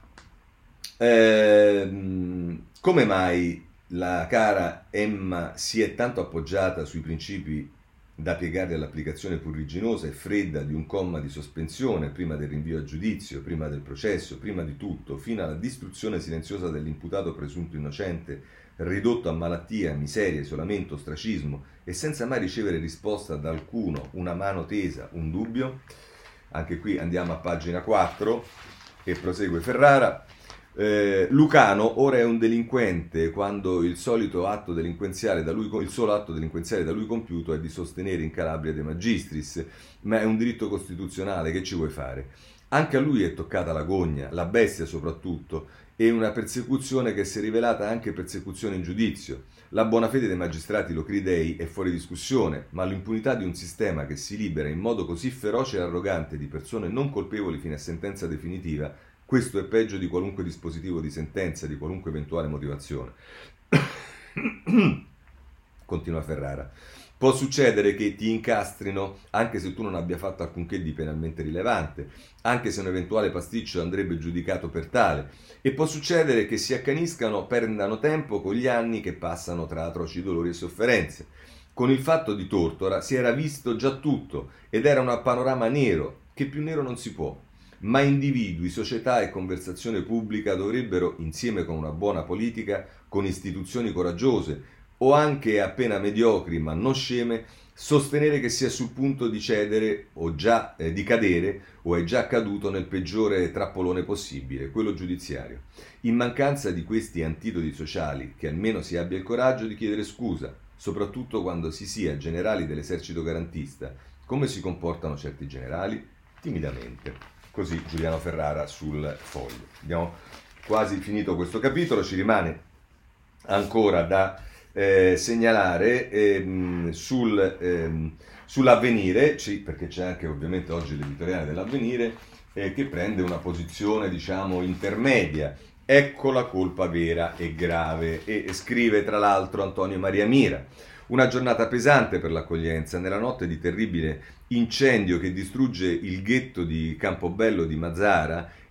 ehm, come mai la cara Emma si è tanto appoggiata sui principi da piegare all'applicazione pruriginosa e fredda di un comma di sospensione prima del rinvio a giudizio, prima del processo, prima di tutto, fino alla distruzione silenziosa dell'imputato presunto innocente, ridotto a malattia, miseria, isolamento, ostracismo e senza mai ricevere risposta da alcuno, una mano tesa, un dubbio? Anche qui andiamo a pagina quattro e prosegue Ferrara. Eh, Lucano ora è un delinquente quando il solito atto delinquenziale da lui, il solo atto delinquenziale da lui compiuto è di sostenere in Calabria De Magistris, ma è un diritto costituzionale, che ci vuoi fare? Anche a lui è toccata la gogna, la bestia soprattutto, e una persecuzione che si è rivelata anche persecuzione in giudizio. La buona fede dei magistrati locridei è fuori discussione, ma l'impunità di un sistema che si libera in modo così feroce e arrogante di persone non colpevoli fino a sentenza definitiva, questo è peggio di qualunque dispositivo di sentenza, di qualunque eventuale motivazione. Continua Ferrara. Può succedere che ti incastrino anche se tu non abbia fatto alcunché di penalmente rilevante, anche se un eventuale pasticcio andrebbe giudicato per tale, e può succedere che si accaniscano, perdano tempo con gli anni che passano tra atroci dolori e sofferenze. Con il fatto di Tortora si era visto già tutto ed era un panorama nero, che più nero non si può. Ma individui, società e conversazione pubblica dovrebbero, insieme con una buona politica, con istituzioni coraggiose o anche appena mediocri ma non sceme, sostenere che sia sul punto di cedere o già eh, di cadere o è già caduto nel peggiore trappolone possibile, quello giudiziario. In mancanza di questi antidoti sociali, che almeno si abbia il coraggio di chiedere scusa, soprattutto quando si sia generali dell'esercito garantista. Come si comportano certi generali? Timidamente. Così Giuliano Ferrara sul Foglio. Abbiamo quasi finito questo capitolo, ci rimane ancora da eh, segnalare ehm, sul, ehm, sull'Avvenire, sì, perché c'è anche ovviamente oggi l'editoriale dell'Avvenire, eh, che prende una posizione, diciamo, intermedia. Ecco la colpa vera e grave, e scrive tra l'altro Antonio Maria Mira. Una giornata pesante per l'accoglienza, nella notte di terribile incendio che distrugge il ghetto di Campobello di Mazara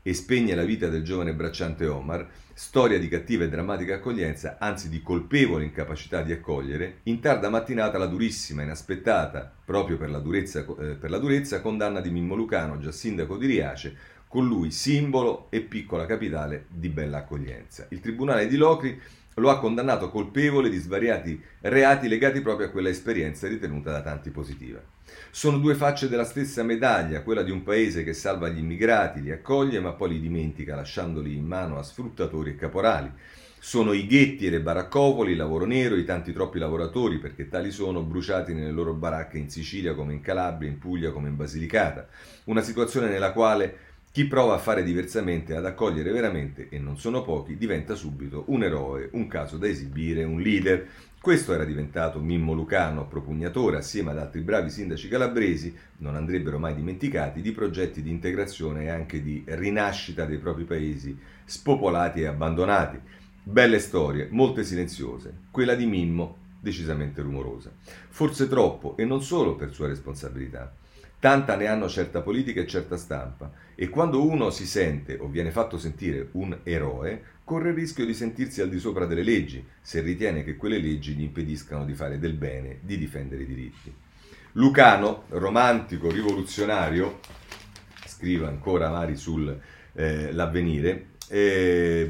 e spegne la vita del giovane bracciante Omar, storia di cattiva e drammatica accoglienza, anzi di colpevole incapacità di accogliere, in tarda mattinata la durissima, inaspettata, proprio per la durezza, eh, per la durezza condanna di Mimmo Lucano, già sindaco di Riace, con lui simbolo e piccola capitale di bella accoglienza. Il tribunale di Locri lo ha condannato colpevole di svariati reati legati proprio a quella esperienza ritenuta da tanti positiva. Sono due facce della stessa medaglia, quella di un paese che salva gli immigrati, li accoglie ma poi li dimentica lasciandoli in mano a sfruttatori e caporali. Sono i ghetti e le baraccopoli, il lavoro nero, i tanti troppi lavoratori, perché tali sono, bruciati nelle loro baracche in Sicilia come in Calabria, in Puglia come in Basilicata. Una situazione nella quale chi prova a fare diversamente, ad accogliere veramente, e non sono pochi, diventa subito un eroe, un caso da esibire, un leader. Questo era diventato Mimmo Lucano, propugnatore, assieme ad altri bravi sindaci calabresi, non andrebbero mai dimenticati, di progetti di integrazione e anche di rinascita dei propri paesi spopolati e abbandonati. Belle storie, molte silenziose. Quella di Mimmo, decisamente rumorosa. Forse troppo, e non solo per sua responsabilità. Tanta ne hanno certa politica e certa stampa, e quando uno si sente o viene fatto sentire un eroe, corre il rischio di sentirsi al di sopra delle leggi, se ritiene che quelle leggi gli impediscano di fare del bene, di difendere i diritti. Lucano, romantico, rivoluzionario, scrive ancora Mari sull'Avvenire, eh,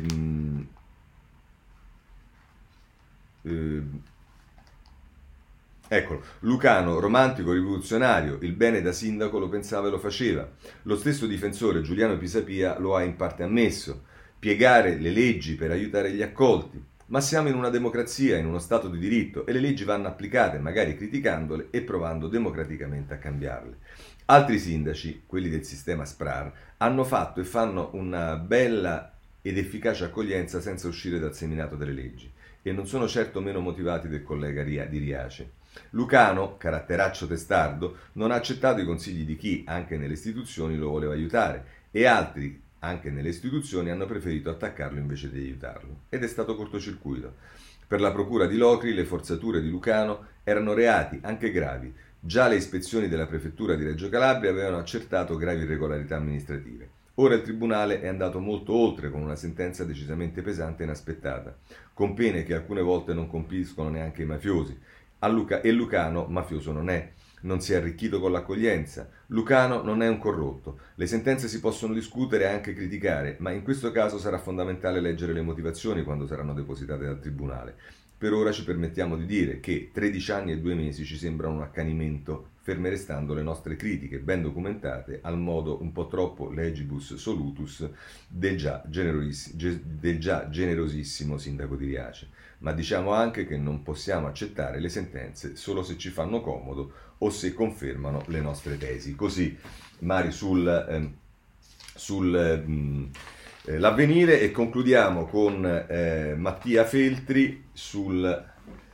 eh, Eccolo, Lucano, romantico, rivoluzionario, il bene da sindaco lo pensava e lo faceva. Lo stesso difensore Giuliano Pisapia lo ha in parte ammesso. Piegare le leggi per aiutare gli accolti. Ma siamo in una democrazia, in uno Stato di diritto, e le leggi vanno applicate, magari criticandole e provando democraticamente a cambiarle. Altri sindaci, quelli del sistema SPRAR, hanno fatto e fanno una bella ed efficace accoglienza senza uscire dal seminato delle leggi, e non sono certo meno motivati del collega di Riace. Lucano, caratteraccio testardo, non ha accettato i consigli di chi, anche nelle istituzioni, lo voleva aiutare, e altri, anche nelle istituzioni, hanno preferito attaccarlo invece di aiutarlo. Ed è stato cortocircuito. Per la procura di Locri le forzature di Lucano erano reati, anche gravi. Già le ispezioni della prefettura di Reggio Calabria avevano accertato gravi irregolarità amministrative. Ora il tribunale è andato molto oltre con una sentenza decisamente pesante e inaspettata, con pene che alcune volte non colpiscono neanche i mafiosi. A Luca- e Lucano mafioso non è, non si è arricchito con l'accoglienza. Lucano non è un corrotto. Le sentenze si possono discutere e anche criticare, ma in questo caso sarà fondamentale leggere le motivazioni quando saranno depositate dal tribunale. Per ora ci permettiamo di dire che tredici anni e due mesi ci sembra un accanimento, ferme restando le nostre critiche ben documentate al modo un po' troppo legibus solutus del già, generosi- ge- del già generosissimo sindaco di Riace. Ma diciamo anche che non possiamo accettare le sentenze solo se ci fanno comodo o se confermano le nostre tesi. Così Mari sul, ehm, sul ehm, eh, l'Avvenire, e concludiamo con eh, Mattia Feltri sul,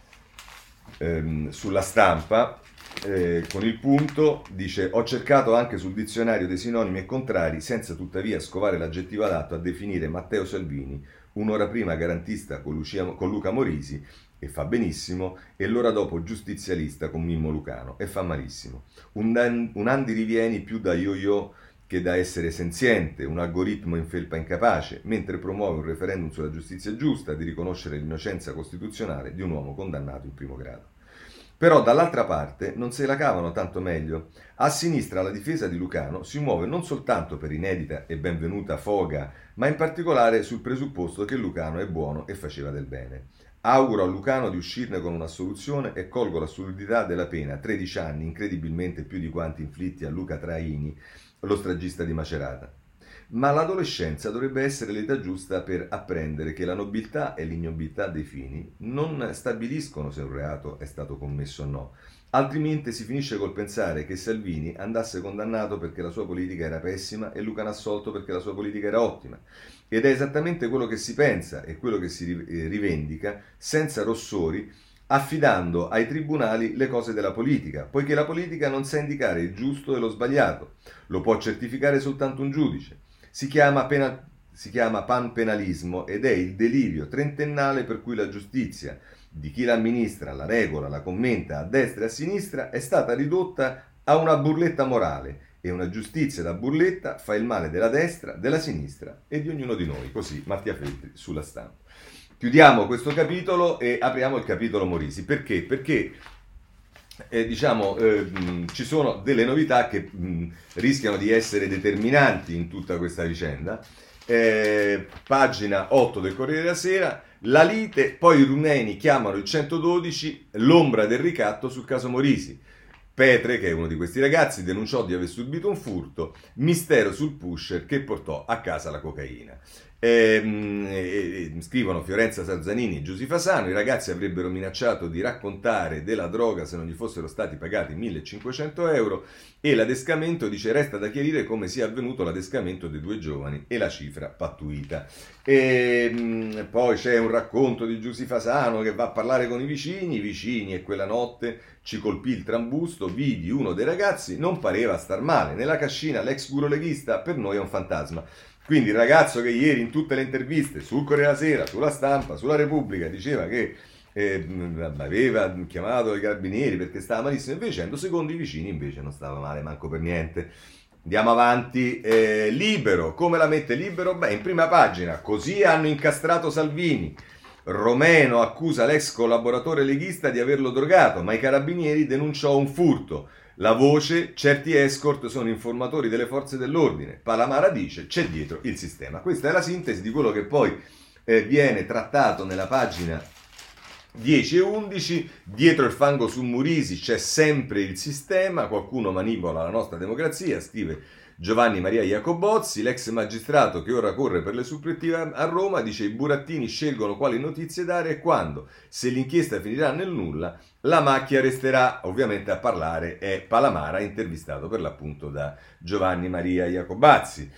ehm, sulla Stampa. Eh, con il punto, dice: ho cercato anche sul dizionario dei sinonimi e contrari senza tuttavia scovare l'aggettivo adatto a definire Matteo Salvini un'ora prima garantista con, Lucia, con Luca Morisi, e fa benissimo, e l'ora dopo giustizialista con Mimmo Lucano, e fa malissimo. Un, dan, un Andy Rivieni più da yo-yo che da essere senziente, un algoritmo in felpa incapace, mentre promuove un referendum sulla giustizia giusta di riconoscere l'innocenza costituzionale di un uomo condannato in primo grado. Però dall'altra parte non se la cavano tanto meglio. A sinistra la difesa di Lucano si muove non soltanto per inedita e benvenuta foga, ma in particolare sul presupposto che Lucano è buono e faceva del bene. Auguro a Lucano di uscirne con un'assoluzione e colgo l'assurdità della pena, tredici anni, incredibilmente più di quanti inflitti a Luca Traini, lo stragista di Macerata. Ma l'adolescenza dovrebbe essere l'età giusta per apprendere che la nobiltà e l'ignobiltà dei fini non stabiliscono se un reato è stato commesso o no, altrimenti si finisce col pensare che Salvini andasse condannato perché la sua politica era pessima e Lucano assolto perché la sua politica era ottima. Ed è esattamente quello che si pensa e quello che si rivendica, senza rossori, affidando ai tribunali le cose della politica, poiché la politica non sa indicare il giusto e lo sbagliato, lo può certificare soltanto un giudice. Si chiama, pena, si chiama panpenalismo ed è il delirio trentennale per cui la giustizia, di chi l'amministra, la regola, la commenta a destra e a sinistra, è stata ridotta a una burletta morale e una giustizia da burletta fa il male della destra, della sinistra e di ognuno di noi. Così Mattia Feltri sulla Stampa. Chiudiamo questo capitolo e apriamo il capitolo Morisi. Perché? Perché eh, diciamo, eh, mh, ci sono delle novità che mh, rischiano di essere determinanti in tutta questa vicenda. Eh, pagina otto del Corriere della Sera, la lite, poi i rumeni chiamano il centododici, l'ombra del ricatto sul caso Morisi. Petre, che è uno di questi ragazzi, denunciò di aver subito un furto, mistero sul pusher che portò a casa la cocaina. Ehm, e, e, scrivono Fiorenza Sarzanini e Giusy Fasano, i ragazzi avrebbero minacciato di raccontare della droga se non gli fossero stati pagati millecinquecento euro e l'adescamento dice resta da chiarire come sia avvenuto l'adescamento dei due giovani e la cifra pattuita. E, poi c'è un racconto di Giusy Fasano che va a parlare con i vicini, i vicini e quella notte ci colpì il trambusto, vidi uno dei ragazzi, non pareva star male, nella cascina l'ex guru leghista per noi è un fantasma. Quindi il ragazzo che ieri in tutte le interviste, sul Corriere della Sera, sulla Stampa, sulla Repubblica, diceva che eh, aveva chiamato i carabinieri perché stava malissimo, invece, secondo i vicini, invece non stava male manco per niente. Andiamo avanti. Eh, Libero, come la mette Libero? Beh, in prima pagina, così hanno incastrato Salvini. Romeno accusa l'ex collaboratore leghista di averlo drogato, ma i carabinieri denunciò un furto. La voce, certi escort sono informatori delle forze dell'ordine. Palamara dice, c'è dietro il sistema. Questa è la sintesi di quello che poi eh, viene trattato nella pagina dieci e undici. Dietro il fango su Morisi c'è sempre il sistema, qualcuno manipola la nostra democrazia, scrive Giovanni Maria Iacobozzi, l'ex magistrato che ora corre per le supplettive a Roma, dice i burattini scelgono quali notizie dare e quando. Se l'inchiesta finirà nel nulla, la macchia resterà. Ovviamente a parlare è Palamara, intervistato per l'appunto da Giovanni Maria Iacobazzi.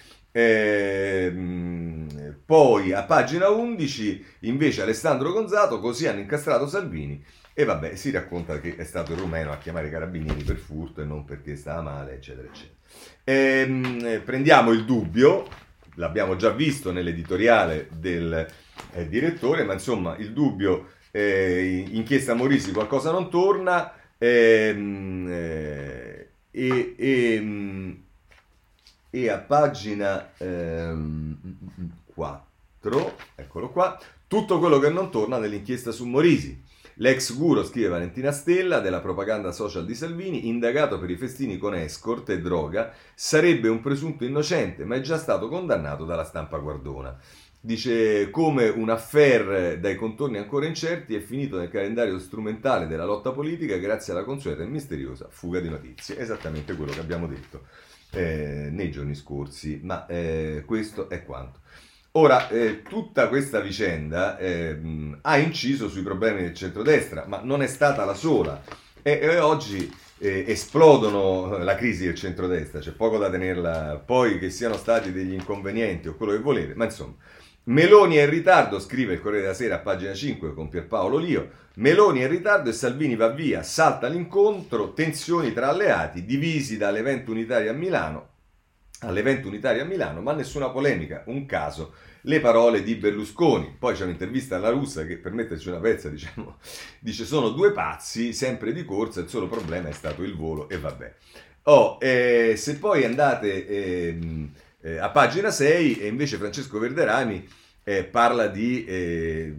Eh, poi a pagina undici invece Alessandro Gonzato, così hanno incastrato Salvini. E vabbè, si racconta che è stato il rumeno a chiamare i carabinieri per furto e non perché stava male, eccetera, eccetera. Ehm, prendiamo il dubbio, l'abbiamo già visto nell'editoriale del eh, direttore, ma insomma il dubbio, eh, inchiesta Morisi, qualcosa non torna, ehm, eh, e, e, e a pagina ehm, quattro, eccolo qua, tutto quello che non torna nell'inchiesta su Morisi. L'ex guru, scrive Valentina Stella, della propaganda social di Salvini, indagato per i festini con escort e droga, sarebbe un presunto innocente, ma è già stato condannato dalla stampa guardona. Dice, come un affair dai contorni ancora incerti, è finito nel calendario strumentale della lotta politica grazie alla consueta e misteriosa fuga di notizie. Esattamente quello che abbiamo detto eh, nei giorni scorsi, ma eh, questo è quanto. Ora, eh, tutta questa vicenda eh, mh, ha inciso sui problemi del centrodestra, ma non è stata la sola. E, e oggi eh, esplodono la crisi del centrodestra, c'è poco da tenerla, poi che siano stati degli inconvenienti o quello che volete, ma insomma. Meloni è in ritardo, scrive il Corriere della Sera a pagina cinque con Pierpaolo Lio. Meloni è in ritardo e Salvini va via, salta l'incontro, tensioni tra alleati, divisi dall'evento unitario a Milano. all'evento unitario a Milano, ma nessuna polemica, un caso, le parole di Berlusconi. Poi c'è un'intervista alla Russa che, per metterci una pezza, diciamo, dice sono due pazzi, sempre di corsa, il solo problema è stato il volo e vabbè. Oh, eh, se poi andate eh, eh, a pagina sei, e invece Francesco Verderami eh, parla di, eh,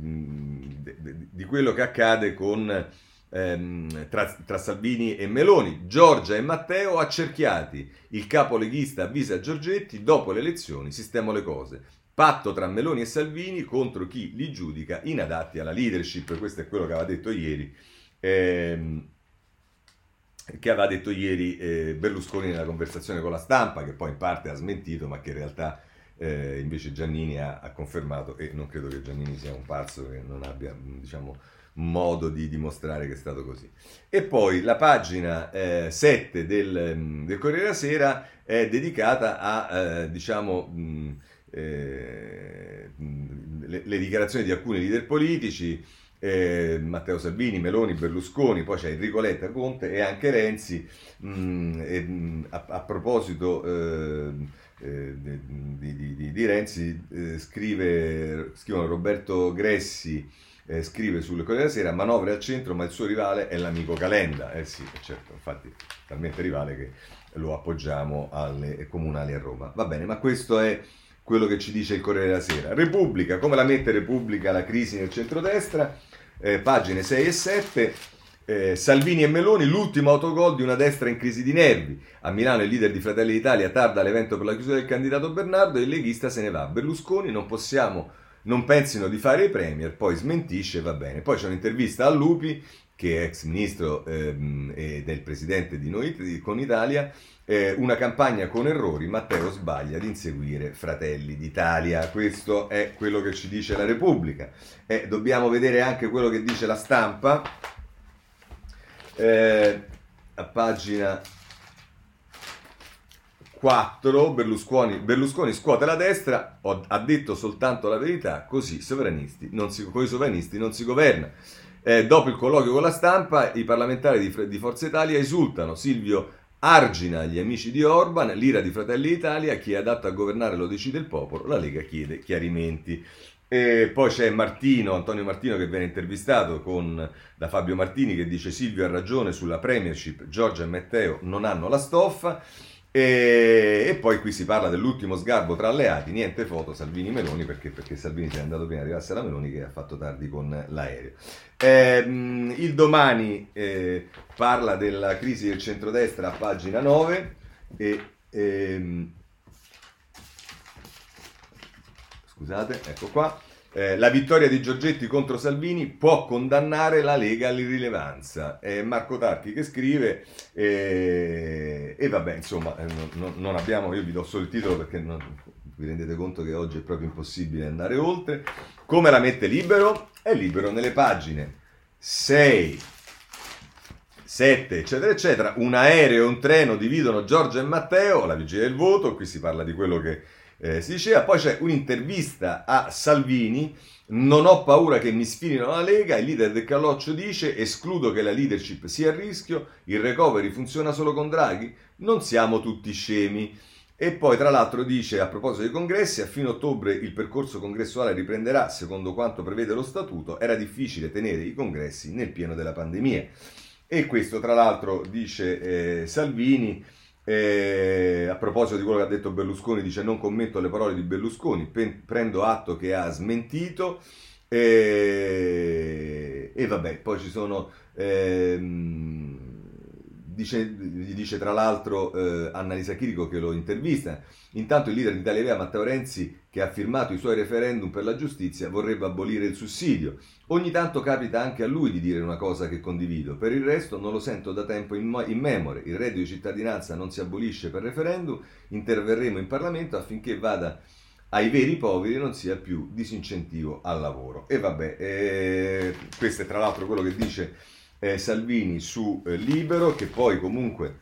di quello che accade con... Tra, tra Salvini e Meloni. Giorgia e Matteo accerchiati, il capo leghista avvisa Giorgetti, dopo le elezioni sistemo le cose, patto tra Meloni e Salvini contro chi li giudica inadatti alla leadership. Questo è quello che aveva detto ieri ehm, che aveva detto ieri eh, Berlusconi nella conversazione con la Stampa, che poi in parte ha smentito, ma che in realtà eh, invece Giannini ha, ha confermato, e non credo che Giannini sia un pazzo che non abbia, diciamo, modo di dimostrare che è stato così. E poi la pagina eh, sette del, del Corriere della Sera è dedicata a eh, diciamo mh, eh, le, le dichiarazioni di alcuni leader politici, eh, Matteo Salvini, Meloni, Berlusconi, poi c'è Enrico Letta, Conte e anche Renzi. mh, e, mh, a, a proposito eh, eh, di, di, di, di Renzi eh, scrive, scrivono Roberto Gressi eh, scrive sul Corriere della Sera, manovre al centro ma il suo rivale è l'amico Calenda. Eh sì, certo, infatti talmente rivale che lo appoggiamo alle comunali a Roma. Va bene, ma questo è quello che ci dice il Corriere della Sera. Repubblica, come la mette Repubblica la crisi nel centrodestra? Eh, pagine sei e sette. Eh, Salvini e Meloni, l'ultimo autogol di una destra in crisi di nervi. A Milano il leader di Fratelli d'Italia tarda l'evento per la chiusura del candidato Bernardo e il leghista se ne va. Berlusconi, non possiamo, non pensino di fare i premier, poi smentisce, va bene. Poi c'è un'intervista a Lupi, che è ex ministro ehm, ed è il presidente di Noi di, con Italia, eh, una campagna con errori, Matteo sbaglia ad inseguire Fratelli d'Italia. Questo è quello che ci dice la Repubblica. Eh, dobbiamo vedere anche quello che dice la Stampa. Eh, a pagina quattro, Berlusconi, Berlusconi scuote la destra, ho, ha detto soltanto la verità, così sovranisti non si, con i sovranisti non si governa. Eh, dopo il colloquio con la Stampa, i parlamentari di, di Forza Italia esultano. Silvio argina gli amici di Orban, l'ira di Fratelli d'Italia, chi è adatto a governare lo decide il popolo, la Lega chiede chiarimenti. E poi c'è Martino, Antonio Martino, che viene intervistato con, da Fabio Martini, che dice Silvio ha ragione sulla premiership, Giorgia e Matteo non hanno la stoffa. E, e poi qui si parla dell'ultimo sgarbo tra alleati, niente foto Salvini-Meloni, perché, perché Salvini si è andato prima, arrivasse la Meloni che ha fatto tardi con l'aereo. Eh, il Domani eh, parla della crisi del centrodestra a pagina nove e... Ehm, Scusate, ecco qua. Eh, la vittoria di Giorgetti contro Salvini può condannare la Lega all'irrilevanza. È Marco Tarchi che scrive eh, e vabbè, insomma, eh, non, non abbiamo, io vi do solo il titolo perché non, vi rendete conto che oggi è proprio impossibile andare oltre. Come la mette Libero? È Libero nelle pagine sei, sette, eccetera, eccetera. Un aereo e un treno dividono Giorgia e Matteo, la vigilia del voto, qui si parla di quello che Eh, si diceva. Poi c'è un'intervista a Salvini, non ho paura che mi sfilino la Lega, il leader del Calloccio dice escludo che la leadership sia a rischio, il recovery funziona solo con Draghi, non siamo tutti scemi. E poi tra l'altro dice a proposito dei congressi, a fine ottobre il percorso congressuale riprenderà secondo quanto prevede lo statuto, era difficile tenere i congressi nel pieno della pandemia. E questo tra l'altro dice eh, Salvini. Eh, a proposito di quello che ha detto Berlusconi, dice non commento le parole di Berlusconi, pe- prendo atto che ha smentito eh, e vabbè, poi ci sono ehm, dice, gli dice tra l'altro eh, Annalisa Chirico che lo intervista. Intanto il leader di Italia Viva, Matteo Renzi, che ha firmato i suoi referendum per la giustizia, vorrebbe abolire il sussidio. Ogni tanto capita anche a lui di dire una cosa che condivido, per il resto non lo sento da tempo in, mo- in memore. Il reddito di cittadinanza non si abolisce per referendum, interverremo in Parlamento affinché vada ai veri poveri e non sia più disincentivo al lavoro. E vabbè, eh, questo è tra l'altro quello che dice eh, Salvini su eh, Libero, che poi comunque...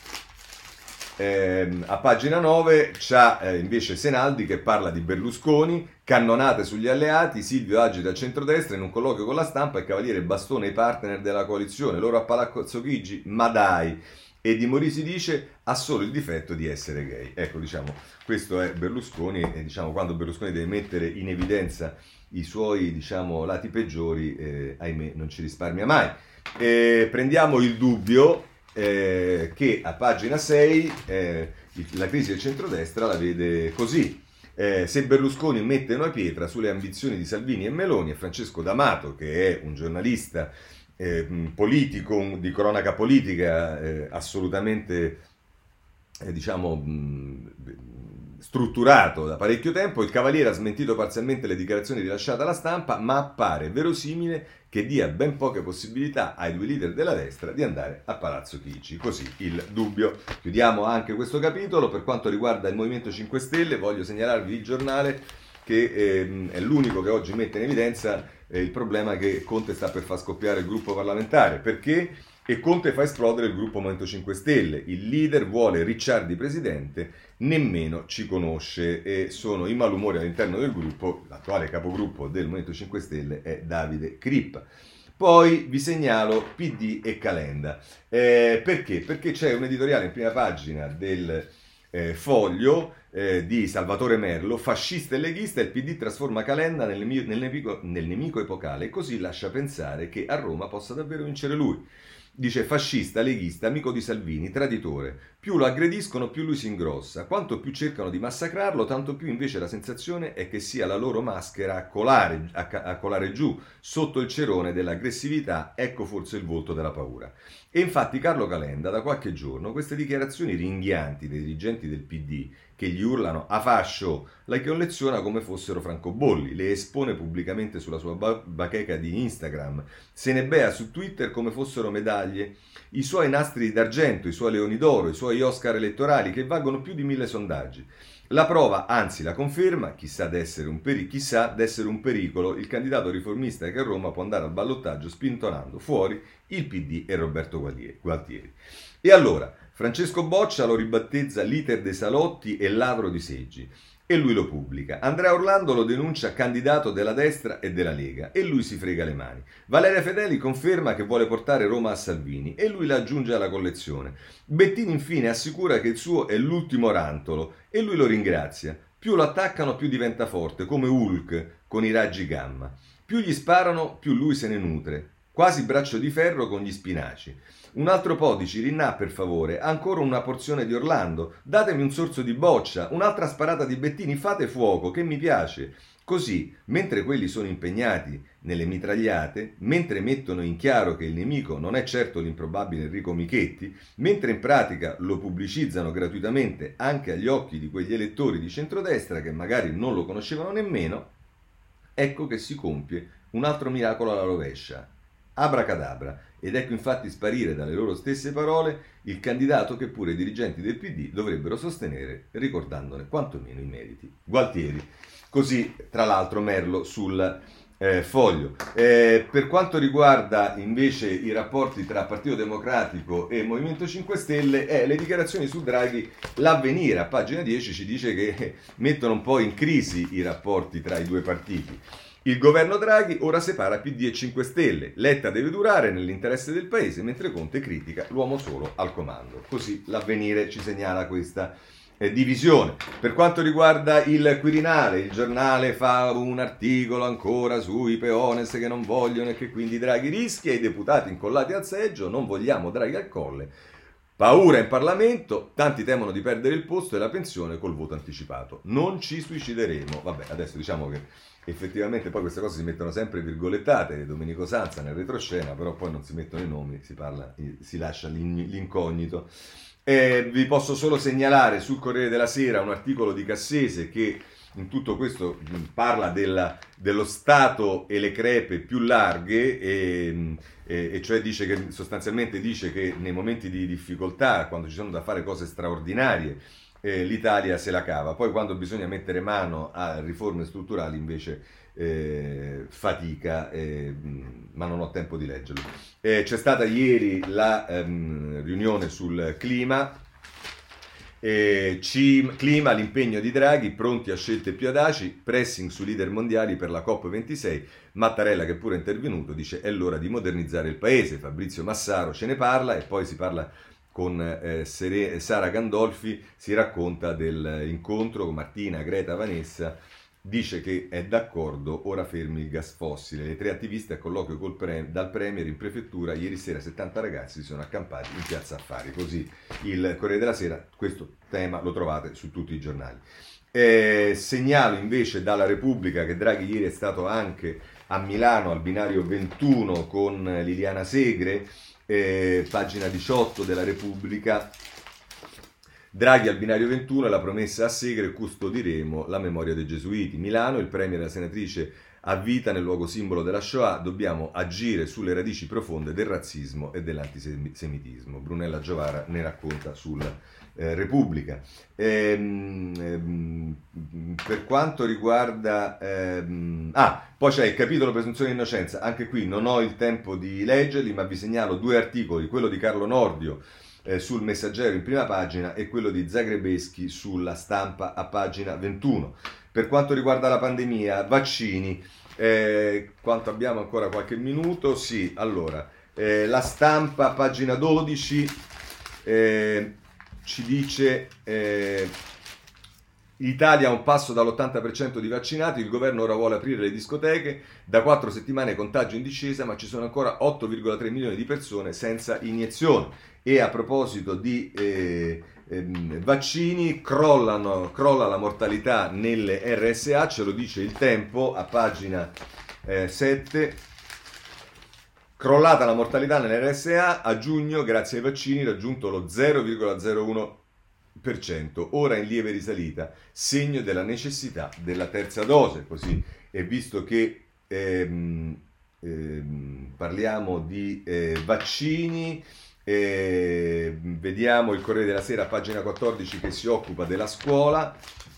Eh, a pagina nove c'ha eh, invece Senaldi che parla di Berlusconi, cannonate sugli alleati, Silvio agita al centrodestra in un colloquio con la Stampa e Cavaliere bastona i partner della coalizione, loro a Palazzo Chigi, ma dai, e Di Morisi dice ha solo il difetto di essere gay. Ecco, diciamo, questo è Berlusconi e diciamo quando Berlusconi deve mettere in evidenza i suoi, diciamo, lati peggiori, eh, ahimè, non ci risparmia mai. Eh, prendiamo il Dubbio. Eh, che a pagina sei eh, la crisi del centrodestra la vede così. Eh, se Berlusconi mette una pietra sulle ambizioni di Salvini e Meloni, e Francesco D'Amato, che è un giornalista eh, politico, di cronaca politica eh, assolutamente eh, diciamo mh, strutturato da parecchio tempo, il Cavaliere ha smentito parzialmente le dichiarazioni rilasciate alla Stampa, ma appare verosimile che dia ben poche possibilità ai due leader della destra di andare a Palazzo Chigi. Così il Dubbio. Chiudiamo anche questo capitolo. Per quanto riguarda il Movimento cinque Stelle, voglio segnalarvi il giornale che ehm, è l'unico che oggi mette in evidenza eh, il problema che Conte sta per far scoppiare il gruppo parlamentare. Perché? E Conte fa esplodere il gruppo Movimento cinque Stelle. Il leader vuole Ricciardi presidente, nemmeno ci conosce, e sono i malumori all'interno del gruppo. L'attuale capogruppo del Movimento cinque Stelle è Davide Crippa. Poi vi segnalo P D e Calenda. Eh, perché? Perché c'è un editoriale in prima pagina del eh, Foglio eh, di Salvatore Merlo, fascista e leghista, il P D trasforma Calenda nel nemico, nel, nemico, nel nemico epocale e così lascia pensare che a Roma possa davvero vincere lui. Dice fascista, leghista, amico di Salvini, traditore. Più lo aggrediscono, più lui si ingrossa. Quanto più cercano di massacrarlo, tanto più invece la sensazione è che sia la loro maschera a colare, a, a colare giù, sotto il cerone dell'aggressività, ecco forse il volto della paura. E infatti Carlo Calenda, da qualche giorno, queste dichiarazioni ringhianti dei dirigenti del P D, che gli urlano a fascio, la colleziona come fossero francobolli, le espone pubblicamente sulla sua bacheca di Instagram, se ne bea su Twitter come fossero medaglie, i suoi nastri d'argento, i suoi leoni d'oro, i suoi Oscar elettorali che valgono più di mille sondaggi. La prova, anzi la conferma, chissà d'essere un, peri- chissà d'essere un pericolo, il candidato riformista che a Roma può andare al ballottaggio spintonando fuori il P D e Roberto Gualtieri. E allora, Francesco Boccia lo ribattezza l'iter dei salotti e ladro di seggi e lui lo pubblica. Andrea Orlando lo denuncia candidato della destra e della Lega e lui si frega le mani. Valeria Fedeli conferma che vuole portare Roma a Salvini e lui la aggiunge alla collezione. Bettini infine assicura che il suo è l'ultimo rantolo e lui lo ringrazia. Più lo attaccano più diventa forte, come Hulk con i raggi gamma. Più gli sparano più lui se ne nutre, quasi braccio di ferro con gli spinaci. Un altro po' di Cirinà, per favore, ancora una porzione di Orlando, datemi un sorso di Boccia, un'altra sparata di Bettini, fate fuoco, che mi piace. Così, mentre quelli sono impegnati nelle mitragliate, mentre mettono in chiaro che il nemico non è certo l'improbabile Enrico Michetti, mentre in pratica lo pubblicizzano gratuitamente anche agli occhi di quegli elettori di centrodestra che magari non lo conoscevano nemmeno, ecco che si compie un altro miracolo alla rovescia. Abracadabra. Ed ecco infatti sparire dalle loro stesse parole il candidato che pure i dirigenti del P D dovrebbero sostenere, ricordandone quantomeno i meriti. Gualtieri. Così, tra l'altro, Merlo sul eh, Foglio. Eh, per quanto riguarda invece i rapporti tra Partito Democratico e Movimento cinque Stelle, eh, le dichiarazioni su Draghi, l'Avvenire a pagina dieci ci dice che mettono un po' in crisi i rapporti tra i due partiti. Il governo Draghi ora separa P D e cinque Stelle. Letta deve durare nell'interesse del paese, mentre Conte critica l'uomo solo al comando. Così l'Avvenire ci segnala questa eh, divisione. Per quanto riguarda il Quirinale, il giornale fa un articolo ancora sui peones che non vogliono e che quindi Draghi rischia, i deputati incollati al seggio, non vogliamo Draghi al colle. Paura in Parlamento, tanti temono di perdere il posto e la pensione col voto anticipato. Non ci suicideremo. Vabbè, adesso diciamo che effettivamente poi queste cose si mettono sempre virgolettate, Domenico Sanza nel retroscena, però poi non si mettono i nomi, si parla, si lascia l'incognito. Eh, vi posso solo segnalare sul Corriere della Sera un articolo di Cassese che in tutto questo parla della, dello Stato e le crepe più larghe e, e, e cioè dice che sostanzialmente dice che nei momenti di difficoltà, quando ci sono da fare cose straordinarie, eh, l'Italia se la cava, poi quando bisogna mettere mano a riforme strutturali invece eh, fatica, eh, ma non ho tempo di leggerlo. Eh, c'è stata ieri la ehm, riunione sul clima. Eh, C- clima, l'impegno di Draghi, pronti a scelte più audaci, pressing sui leader mondiali per la COP ventisei. Mattarella, che pure è intervenuto, dice è l'ora di modernizzare il paese. Fabrizio Massaro ce ne parla e poi si parla con eh, Sere- Sara Gandolfi, si racconta dell'incontro con Martina, Greta, Vanessa. Dice che è d'accordo, ora fermi il gas fossile. Le tre attiviste a colloquio col pre- dal Premier in prefettura. Ieri sera settanta ragazzi si sono accampati in piazza Affari. Così il Corriere della Sera, questo tema lo trovate su tutti i giornali. Eh, segnalo invece dalla Repubblica che Draghi ieri è stato anche a Milano al binario ventuno con Liliana Segre, eh, pagina diciotto della Repubblica. Draghi al binario ventuno e la promessa a Segre, custodiremo la memoria dei Gesuiti. Milano, il premier e la senatrice a vita nel luogo simbolo della Shoah, dobbiamo agire sulle radici profonde del razzismo e dell'antisemitismo. Brunella Giovara ne racconta sulla eh, Repubblica. Ehm, ehm, per quanto riguarda... Ehm, ah, poi c'è il capitolo presunzione di innocenza, anche qui non ho il tempo di leggerli, ma vi segnalo due articoli, quello di Carlo Nordio, Eh, sul Messaggero in prima pagina e quello di Zagrebeschi sulla Stampa a pagina ventuno. Per quanto riguarda la pandemia, vaccini, eh, quanto abbiamo ancora qualche minuto? Sì, allora, eh, la Stampa pagina dodici, eh, ci dice eh, l'Italia ha un passo dall'ottanta per cento di vaccinati, il governo ora vuole aprire le discoteche, da quattro settimane contagio in discesa, ma ci sono ancora otto virgola tre milioni di persone senza iniezione. E a proposito di eh, ehm, vaccini, crollano, crolla la mortalità nelle R S A, ce lo dice Il Tempo a pagina eh, sette. Crollata la mortalità nelle R S A, a giugno grazie ai vaccini raggiunto lo zero virgola zero uno per cento, ora in lieve risalita, segno della necessità della terza dose. Così, e visto che ehm, ehm, parliamo di eh, vaccini, eh, vediamo il Corriere della Sera, pagina quattordici, che si occupa della scuola.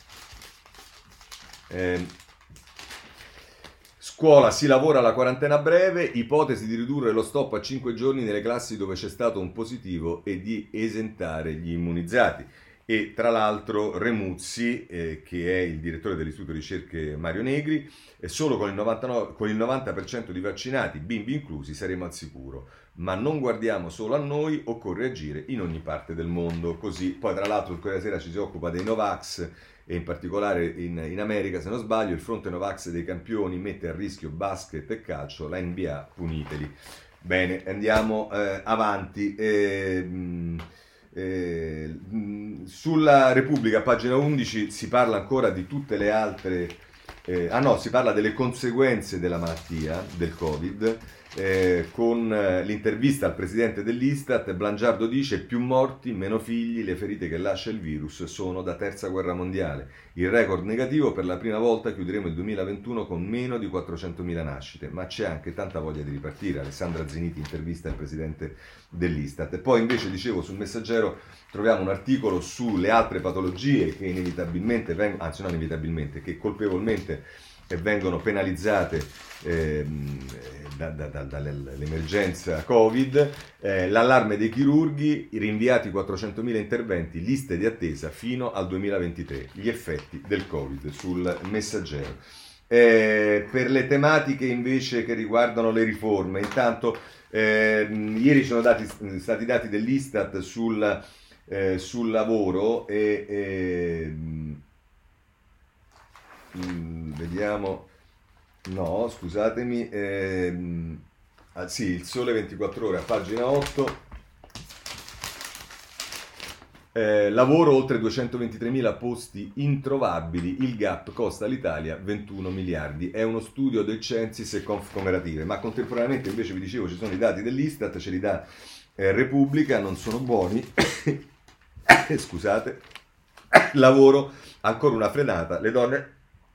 Eh, Scuola, si lavora alla quarantena breve, ipotesi di ridurre lo stop a cinque giorni nelle classi dove c'è stato un positivo e di esentare gli immunizzati. E tra l'altro Remuzzi, eh, che è il direttore dell'Istituto di Ricerche Mario Negri, è solo con il, novantanove, con il novanta per cento di vaccinati, bimbi inclusi, saremo al sicuro. Ma non guardiamo solo a noi, occorre agire in ogni parte del mondo. Così, poi tra l'altro il Corriere della Sera ci si occupa dei Novax, e in particolare in, in America, se non sbaglio, il fronte Novax dei campioni mette a rischio basket e calcio, la N B A puniteli. Bene, andiamo eh, avanti. Eh, eh, sulla Repubblica, pagina undici, si parla ancora di tutte le altre... Eh, ah no, si parla delle conseguenze della malattia, del Covid, eh, con eh, l'intervista al presidente dell'Istat. Blangiardo dice: più morti, meno figli, le ferite che lascia il virus sono da terza guerra mondiale. Il record negativo, per la prima volta chiuderemo il duemilaventuno con meno di quattrocentomila nascite, ma c'è anche tanta voglia di ripartire. Alessandra Ziniti intervista il presidente dell'Istat. E poi invece, dicevo, sul Messaggero troviamo un articolo sulle altre patologie che inevitabilmente vengono, anzi non inevitabilmente, che colpevolmente vengono penalizzate eh, da, da, da, dall'emergenza Covid, eh, l'allarme dei chirurghi, i rinviati quattrocentomila interventi, liste di attesa fino al duemilaventitré, gli effetti del Covid sul Messaggero. Eh, per le tematiche invece che riguardano le riforme, intanto eh, ieri sono dati, stati dati dell'Istat sul, eh, sul lavoro e... e Mm, vediamo, no, scusatemi, ehm, ah, sì, il Sole ventiquattro Ore a pagina otto, eh, lavoro oltre duecentoventitremila posti introvabili, il gap costa all'Italia ventuno miliardi, è uno studio del Censis e Confcomerative, ma contemporaneamente invece vi dicevo ci sono i dati dell'Istat, ce li dà eh, Repubblica, non sono buoni, scusate, lavoro, ancora una frenata, le donne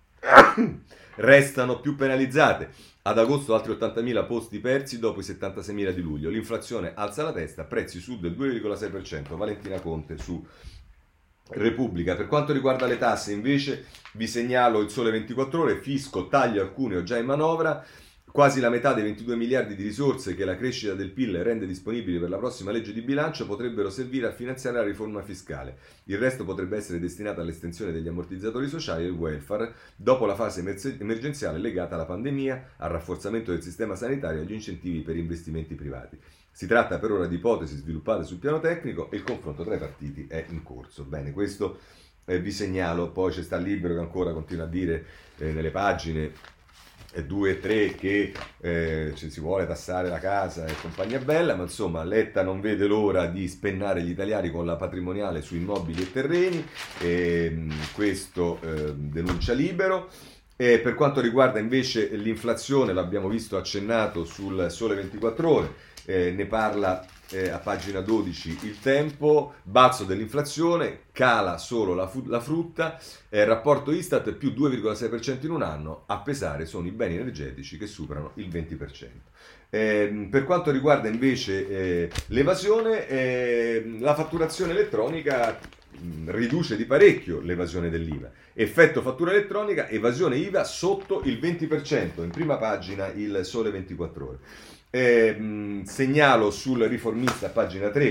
restano più penalizzate. Ad agosto altri ottantamila posti persi dopo i settantaseimila di luglio. L'inflazione alza la testa, prezzi su del due virgola sei per cento. Valentina Conte su Repubblica. Per quanto riguarda le tasse invece vi segnalo il Sole ventiquattro Ore, fisco, taglio al cuneo già in manovra. Quasi la metà dei ventidue miliardi di risorse che la crescita del P I L rende disponibili per la prossima legge di bilancio potrebbero servire a finanziare la riforma fiscale. Il resto potrebbe essere destinato all'estensione degli ammortizzatori sociali e il welfare, dopo la fase emergenziale legata alla pandemia, al rafforzamento del sistema sanitario e agli incentivi per investimenti privati. Si tratta per ora di ipotesi sviluppate sul piano tecnico e il confronto tra i partiti è in corso. Bene, questo eh, vi segnalo. Poi c'è sta Libero che ancora continua a dire eh, nelle pagine due e tre che eh, ci si vuole tassare la casa e compagnia bella, ma insomma Letta non vede l'ora di spennare gli italiani con la patrimoniale su immobili e terreni, e questo eh, denuncia Libero. E per quanto riguarda invece l'inflazione, l'abbiamo visto accennato sul Sole ventiquattro Ore, eh, ne parla eh, a pagina dodici Il Tempo, balzo dell'inflazione, cala solo la, fu- la frutta, eh, rapporto Istat più due virgola sei per cento in un anno, a pesare sono i beni energetici che superano il venti per cento. Eh, per quanto riguarda invece eh, l'evasione, eh, la fatturazione elettronica mh, riduce di parecchio l'evasione dell'I V A. Effetto fattura elettronica, evasione I V A sotto il venti per cento, in prima pagina il Sole ventiquattro Ore. Eh, mh, segnalo sul Riformista, pagina tre,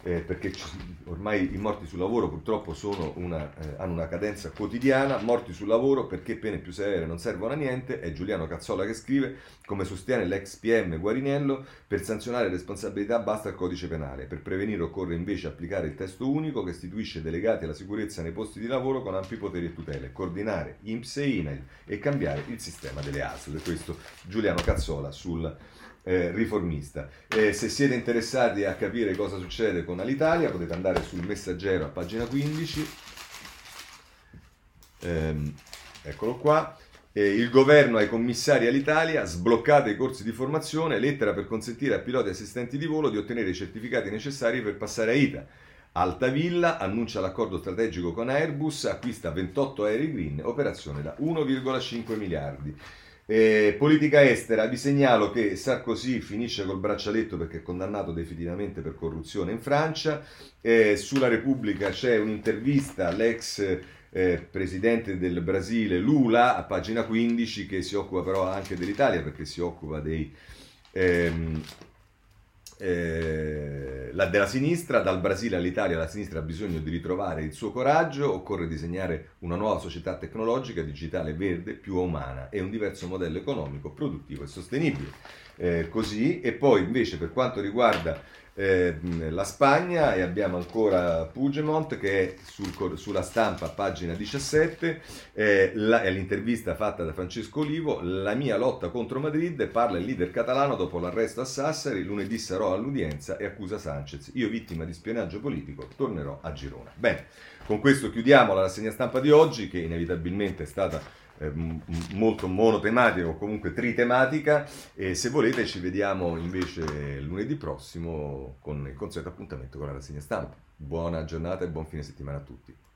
eh, perché ci- ormai i morti sul lavoro purtroppo sono una, eh, hanno una cadenza quotidiana. Morti sul lavoro perché pene più severe non servono a niente, è Giuliano Cazzola che scrive, come sostiene l'ex P M Guariniello, per sanzionare responsabilità basta il codice penale, per prevenire occorre invece applicare il testo unico che istituisce delegati alla sicurezza nei posti di lavoro con ampi poteri e tutele, coordinare I N P S e I N A I L e cambiare il sistema delle A S L. Questo Giuliano Cazzola sul eh, Riformista. Eh, se siete interessati a capire cosa succede con Alitalia potete andare sul Messaggero a pagina quindici. Ehm, eccolo qua. Eh, il governo ai commissari all'Italia, sbloccate i corsi di formazione, lettera per consentire a piloti e assistenti di volo di ottenere i certificati necessari per passare a ITA. Altavilla annuncia l'accordo strategico con Airbus, acquista ventotto aerei green, operazione da uno virgola cinque miliardi. Eh, politica estera, vi segnalo che Sarkozy finisce col braccialetto perché è condannato definitivamente per corruzione in Francia. Eh, sulla Repubblica c'è un'intervista all'ex eh, presidente del Brasile Lula a pagina quindici, che si occupa però anche dell'Italia perché si occupa dei, ehm, eh, la, della sinistra. Dal Brasile all'Italia la sinistra ha bisogno di ritrovare il suo coraggio, occorre disegnare una nuova società tecnologica, digitale, verde, più umana e un diverso modello economico, produttivo e sostenibile. Eh, così, e poi invece per quanto riguarda eh, la Spagna, e abbiamo ancora Puigdemont che è sul, sulla Stampa, pagina diciassette, eh, la, è l'intervista fatta da Francesco Olivo, la mia lotta contro Madrid, parla il leader catalano dopo l'arresto a Sassari, lunedì sarò all'udienza e accusa Sanchez, io vittima di spionaggio politico, tornerò a Girona. Bene, con questo chiudiamo la rassegna stampa di oggi, che inevitabilmente è stata eh, m- molto monotematica o comunque tritematica, e se volete ci vediamo invece lunedì prossimo con il consueto appuntamento con la rassegna stampa. Buona giornata e buon fine settimana a tutti.